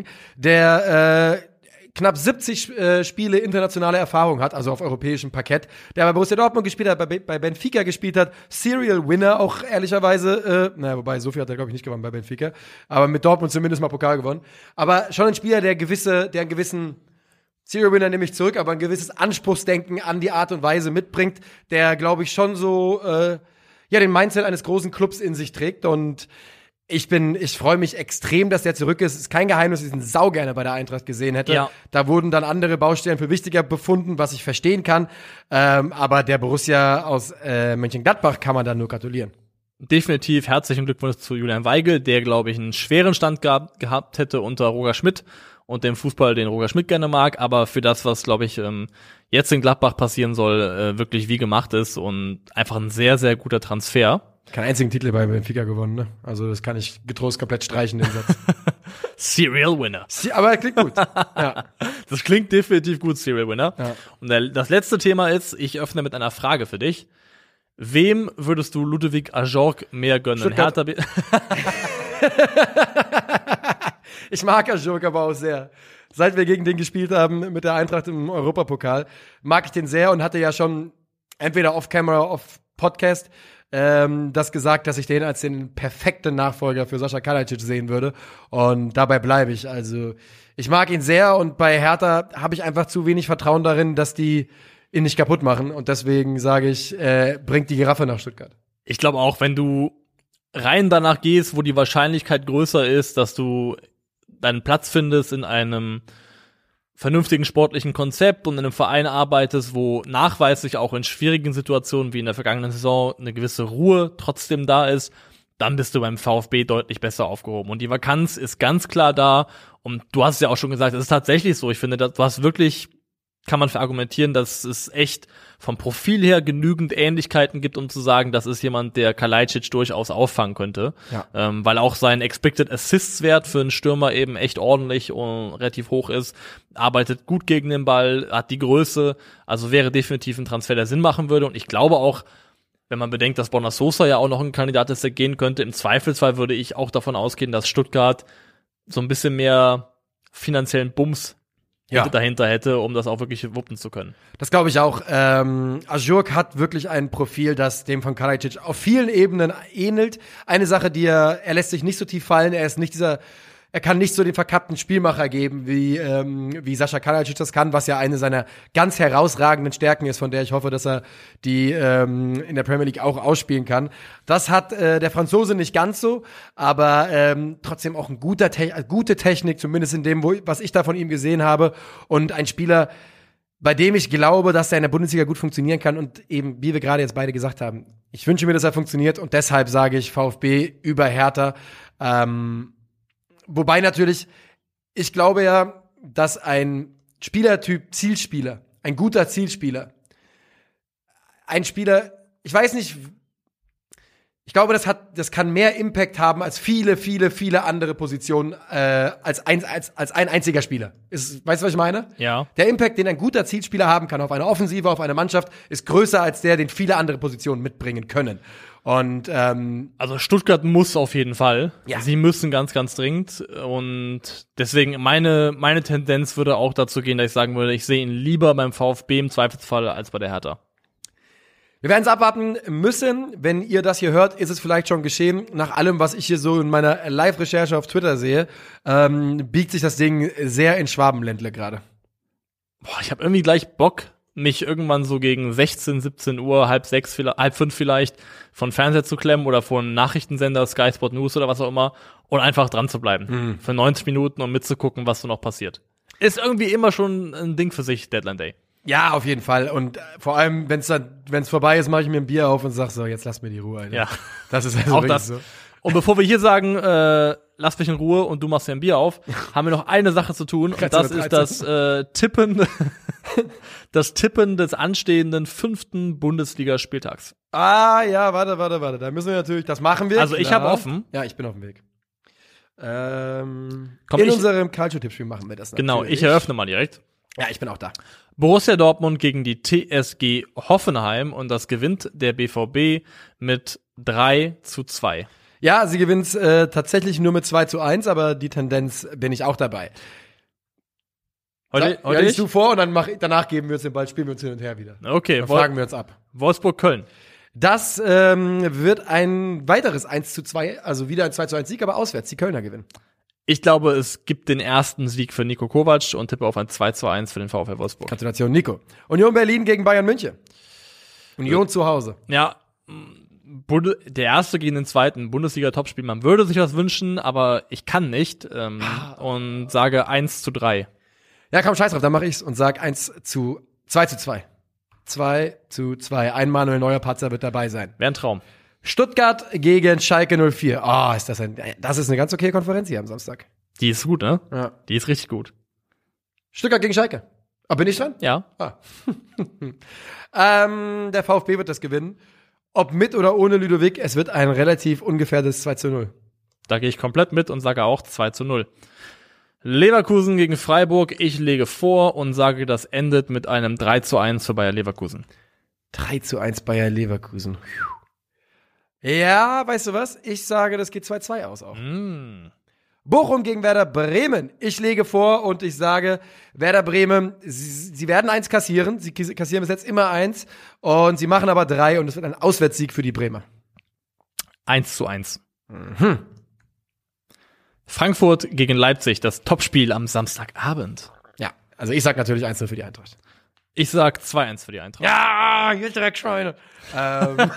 Speaker 2: der äh, knapp siebzig äh, Spiele internationale Erfahrung hat, also auf europäischem Parkett, der bei Borussia Dortmund gespielt hat, bei, bei Benfica gespielt hat, Serial Winner auch ehrlicherweise, äh, naja, wobei, so viel hat er, glaube ich, nicht gewonnen bei Benfica, aber mit Dortmund zumindest mal Pokal gewonnen. Aber schon ein Spieler, der gewisse, der einen gewissen Serial Winner nehme ich zurück, aber ein gewisses Anspruchsdenken an die Art und Weise mitbringt, der, glaube ich, schon so äh, ja, den Mindset eines großen Clubs in sich trägt und ich bin, ich freue mich extrem, dass der zurück ist. Ist kein Geheimnis, dass ich ihn saugerne bei der Eintracht gesehen hätte.
Speaker 3: Ja.
Speaker 2: Da wurden dann andere Baustellen für wichtiger befunden, was ich verstehen kann. Ähm, aber der Borussia aus äh, Mönchengladbach kann man da nur gratulieren.
Speaker 3: Definitiv herzlichen Glückwunsch zu Julian Weigl, der, glaube ich, einen schweren Stand gehabt, gehabt hätte unter Roger Schmidt und dem Fußball, den Roger Schmidt gerne mag, aber für das, was, glaube ich, ähm, jetzt in Gladbach passieren soll, äh, wirklich wie gemacht ist und einfach ein sehr, sehr guter Transfer.
Speaker 2: Keinen einzigen Titel bei Benfica gewonnen, ne? Also das kann ich getrost komplett streichen, den Satz.
Speaker 3: Serial Winner.
Speaker 2: Sie, aber er klingt gut. Ja.
Speaker 3: Das klingt definitiv gut, Serial Winner.
Speaker 2: Ja.
Speaker 3: Und der, das letzte Thema ist, ich öffne mit einer Frage für dich. Wem würdest du Ludovic Ajorc mehr gönnen?
Speaker 2: Stuttgart.
Speaker 3: Hertha B-
Speaker 2: Ich mag Ajorc aber auch sehr. Seit wir gegen den gespielt haben mit der Eintracht im Europapokal, mag ich den sehr und hatte ja schon entweder off-camera, off-Podcast ähm, das gesagt, dass ich den als den perfekten Nachfolger für Sascha Kalajdzic sehen würde. Und dabei bleibe ich. Also ich mag ihn sehr und bei Hertha habe ich einfach zu wenig Vertrauen darin, dass die ihn nicht kaputt machen. Und deswegen sage ich, äh, bringt die Giraffe nach Stuttgart.
Speaker 3: Ich glaube auch, wenn du rein danach gehst, wo die Wahrscheinlichkeit größer ist, dass du deinen Platz findest in einem vernünftigen sportlichen Konzept und in einem Verein arbeitest, wo nachweislich auch in schwierigen Situationen wie in der vergangenen Saison eine gewisse Ruhe trotzdem da ist, dann bist du beim VfB deutlich besser aufgehoben. Und die Vakanz ist ganz klar da. Und du hast es ja auch schon gesagt, es ist tatsächlich so. Ich finde, du hast wirklich, kann man verargumentieren, dass es echt vom Profil her genügend Ähnlichkeiten gibt, um zu sagen, das ist jemand, der Kalajdzic durchaus auffangen könnte.
Speaker 2: Ja.
Speaker 3: Ähm, weil auch sein Expected Assists-Wert für einen Stürmer eben echt ordentlich und relativ hoch ist. Arbeitet gut gegen den Ball, hat die Größe. Also wäre definitiv ein Transfer, der Sinn machen würde. Und ich glaube auch, wenn man bedenkt, dass Borna Sosa ja auch noch ein Kandidat ist, der gehen könnte, im Zweifelsfall würde ich auch davon ausgehen, dass Stuttgart so ein bisschen mehr finanziellen Bums
Speaker 2: Ja.
Speaker 3: dahinter hätte, um das auch wirklich wuppen zu können.
Speaker 2: Das glaube ich auch. Ähm, Ajorc hat wirklich ein Profil, das dem von Kalajdzic auf vielen Ebenen ähnelt. Eine Sache, die er, er lässt sich nicht so tief fallen, er ist nicht dieser, er kann nicht so den verkappten Spielmacher geben, wie, ähm, wie Sascha Kalajdzic das kann, was ja eine seiner ganz herausragenden Stärken ist, von der ich hoffe, dass er die ähm, in der Premier League auch ausspielen kann. Das hat äh, der Franzose nicht ganz so, aber ähm, trotzdem auch ein guter Te- gute Technik, zumindest in dem, wo, was ich da von ihm gesehen habe. Und ein Spieler, bei dem ich glaube, dass er in der Bundesliga gut funktionieren kann und eben, wie wir gerade jetzt beide gesagt haben, ich wünsche mir, dass er funktioniert und deshalb sage ich VfB über Hertha. Ähm, Wobei natürlich, ich glaube ja, dass ein Spielertyp Zielspieler, ein guter Zielspieler, ein Spieler, ich weiß nicht, ich glaube, das hat, das kann mehr Impact haben als viele, viele, viele andere Positionen äh, als ein als als ein einziger Spieler. Ist, weißt du, was ich meine?
Speaker 3: Ja.
Speaker 2: Der Impact, den ein guter Zielspieler haben kann auf eine Offensive, auf eine Mannschaft, ist größer als der, den viele andere Positionen mitbringen können. Und ähm,
Speaker 3: Also Stuttgart muss auf jeden Fall.
Speaker 2: Ja.
Speaker 3: Sie müssen ganz, ganz dringend. Und deswegen meine meine Tendenz würde auch dazu gehen, dass ich sagen würde, ich sehe ihn lieber beim VfB im Zweifelsfall als bei der Hertha.
Speaker 2: Wir werden es abwarten müssen. Wenn ihr das hier hört, ist es vielleicht schon geschehen. Nach allem, was ich hier so in meiner Live-Recherche auf Twitter sehe, ähm, biegt sich das Ding sehr in Schwabenländle gerade.
Speaker 3: Boah, ich habe irgendwie gleich Bock, mich irgendwann so gegen sechzehn, siebzehn Uhr, halb sechs, vielleicht, halb fünf vielleicht, von Fernseher zu klemmen oder von Nachrichtensender, Sky Sport News oder was auch immer und einfach dran zu bleiben. Mhm. Für neunzig Minuten, um mitzugucken, was so noch passiert. Ist irgendwie immer schon ein Ding für sich, Deadline Day.
Speaker 2: Ja, auf jeden Fall. Und äh, vor allem, wenn es dann, wenn es vorbei ist, mache ich mir ein Bier auf und sag so, jetzt lass mir die Ruhe, Alter.
Speaker 3: Ja.
Speaker 2: Das ist also
Speaker 3: auch
Speaker 2: wirklich
Speaker 3: das.
Speaker 2: so.
Speaker 3: Und bevor wir hier sagen, äh, lass mich in Ruhe und du machst dir ein Bier auf, haben wir noch eine Sache zu tun. Und das ist das äh, Tippen, das Tippen des anstehenden fünften Bundesligaspieltags.
Speaker 2: Ah, ja, warte, warte, warte. Da müssen wir natürlich, das machen wir.
Speaker 3: Also ich
Speaker 2: klar.
Speaker 3: habe offen.
Speaker 2: Ja, ich bin auf dem Weg. Ähm,
Speaker 3: Komm,
Speaker 2: in
Speaker 3: ich,
Speaker 2: unserem Calcio-Tippspiel machen wir das natürlich.
Speaker 3: Genau, ich eröffne mal direkt.
Speaker 2: Ja, ich bin auch da.
Speaker 3: Borussia Dortmund gegen die T S G Hoffenheim und das gewinnt der B V B mit drei zu zwei.
Speaker 2: Ja, sie gewinnt äh, tatsächlich nur mit zwei zu eins, aber die Tendenz bin ich auch dabei.
Speaker 3: Heute,
Speaker 2: Sag,
Speaker 3: heute
Speaker 2: ja,
Speaker 3: ich?
Speaker 2: du vor und dann mach, danach geben wir uns den Ball, spielen wir uns hin und her wieder.
Speaker 3: Okay,
Speaker 2: Dann
Speaker 3: Wol-
Speaker 2: fragen wir uns ab.
Speaker 3: Wolfsburg-Köln.
Speaker 2: Das ähm, wird ein weiteres eins zu zwei, also wieder ein zwei zu eins Sieg, aber auswärts, die Kölner gewinnen.
Speaker 3: Ich glaube, es gibt den ersten Sieg für Nico Kovac und tippe auf ein zwei zu eins für den VfL Wolfsburg.
Speaker 2: Gratulation, Nico. Union Berlin gegen Bayern München. Union ja. zu Hause.
Speaker 3: Ja, Bunde- der erste gegen den zweiten Bundesliga-Topspiel. Man würde sich was wünschen, aber ich kann nicht ähm, und sage eins zu drei.
Speaker 2: Ja, komm, scheiß drauf, dann mache ich's und sag eins zu zwei zu zwei. zwei zu zwei. Ein Manuel Neuer Patzer wird dabei sein.
Speaker 3: Wäre ein Traum.
Speaker 2: Stuttgart gegen Schalke null vier. Oh, ist das ein, das ist eine ganz okay Konferenz hier am Samstag.
Speaker 3: Die ist gut, ne?
Speaker 2: Ja.
Speaker 3: Die ist richtig gut.
Speaker 2: Stuttgart gegen Schalke. Ah, bin ich dran?
Speaker 3: Ja.
Speaker 2: Ah. ähm, der VfB wird das gewinnen. Ob mit oder ohne Ludovic, es wird ein relativ ungefährdes zwei zu null.
Speaker 3: Da gehe ich komplett mit und sage auch zwei zu null. Leverkusen gegen Freiburg. Ich lege vor und sage, das endet mit einem drei zu eins für Bayer Leverkusen.
Speaker 2: drei zu eins Bayer Leverkusen. Ja, weißt du was? Ich sage, das geht zwei zwei aus auch.
Speaker 3: Mm.
Speaker 2: Bochum gegen Werder Bremen. Ich lege vor und ich sage, Werder Bremen, sie, sie werden eins kassieren. Sie kassieren bis jetzt immer eins. Und sie machen aber drei und es wird ein Auswärtssieg für die Bremer.
Speaker 3: eins zu eins.
Speaker 2: Mhm.
Speaker 3: Frankfurt gegen Leipzig, das Topspiel am Samstagabend.
Speaker 2: Ja, also ich sag natürlich eins null für die Eintracht.
Speaker 3: Ich sag zwei eins für die Eintracht.
Speaker 2: Ja, ihr Dreckschweine. ähm.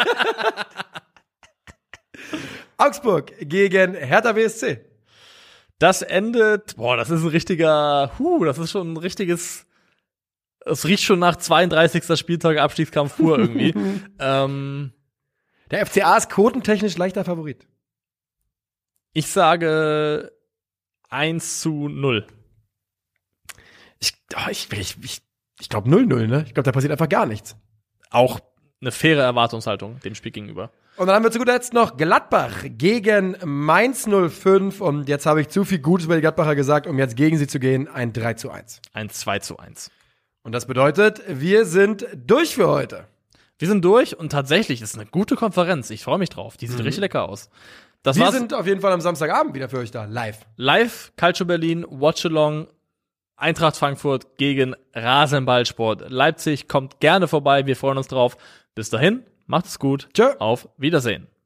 Speaker 2: Augsburg gegen Hertha B S C.
Speaker 3: Das endet, boah, das ist ein richtiger, huh, das ist schon ein richtiges, es riecht schon nach zweiunddreißigsten Spieltag Abstiegskampf pur irgendwie. ähm,
Speaker 2: Der F C A ist quotentechnisch leichter Favorit.
Speaker 3: Ich sage eins zu null.
Speaker 2: Ich, oh, ich, ich, ich, ich glaube null null, ne? Ich glaube, da passiert einfach gar nichts.
Speaker 3: Auch eine faire Erwartungshaltung dem Spiel gegenüber.
Speaker 2: Und dann haben wir zu guter Letzt noch Gladbach gegen Mainz null fünf. Und jetzt habe ich zu viel Gutes über die Gladbacher gesagt, um jetzt gegen sie zu gehen. Ein drei zu eins.
Speaker 3: Ein zwei zu eins.
Speaker 2: Und das bedeutet, wir sind durch für heute.
Speaker 3: Wir sind durch und tatsächlich ist eine gute Konferenz. Ich freue mich drauf. Die sieht mhm. richtig lecker aus. Das
Speaker 2: wir
Speaker 3: war's.
Speaker 2: sind auf jeden Fall am Samstagabend wieder für euch da, live.
Speaker 3: Live, Calcio Berlin, Watchalong, Eintracht Frankfurt gegen Rasenballsport Leipzig. Kommt gerne vorbei, wir freuen uns drauf. Bis dahin, macht es gut.
Speaker 2: Tschö.
Speaker 3: Auf Wiedersehen.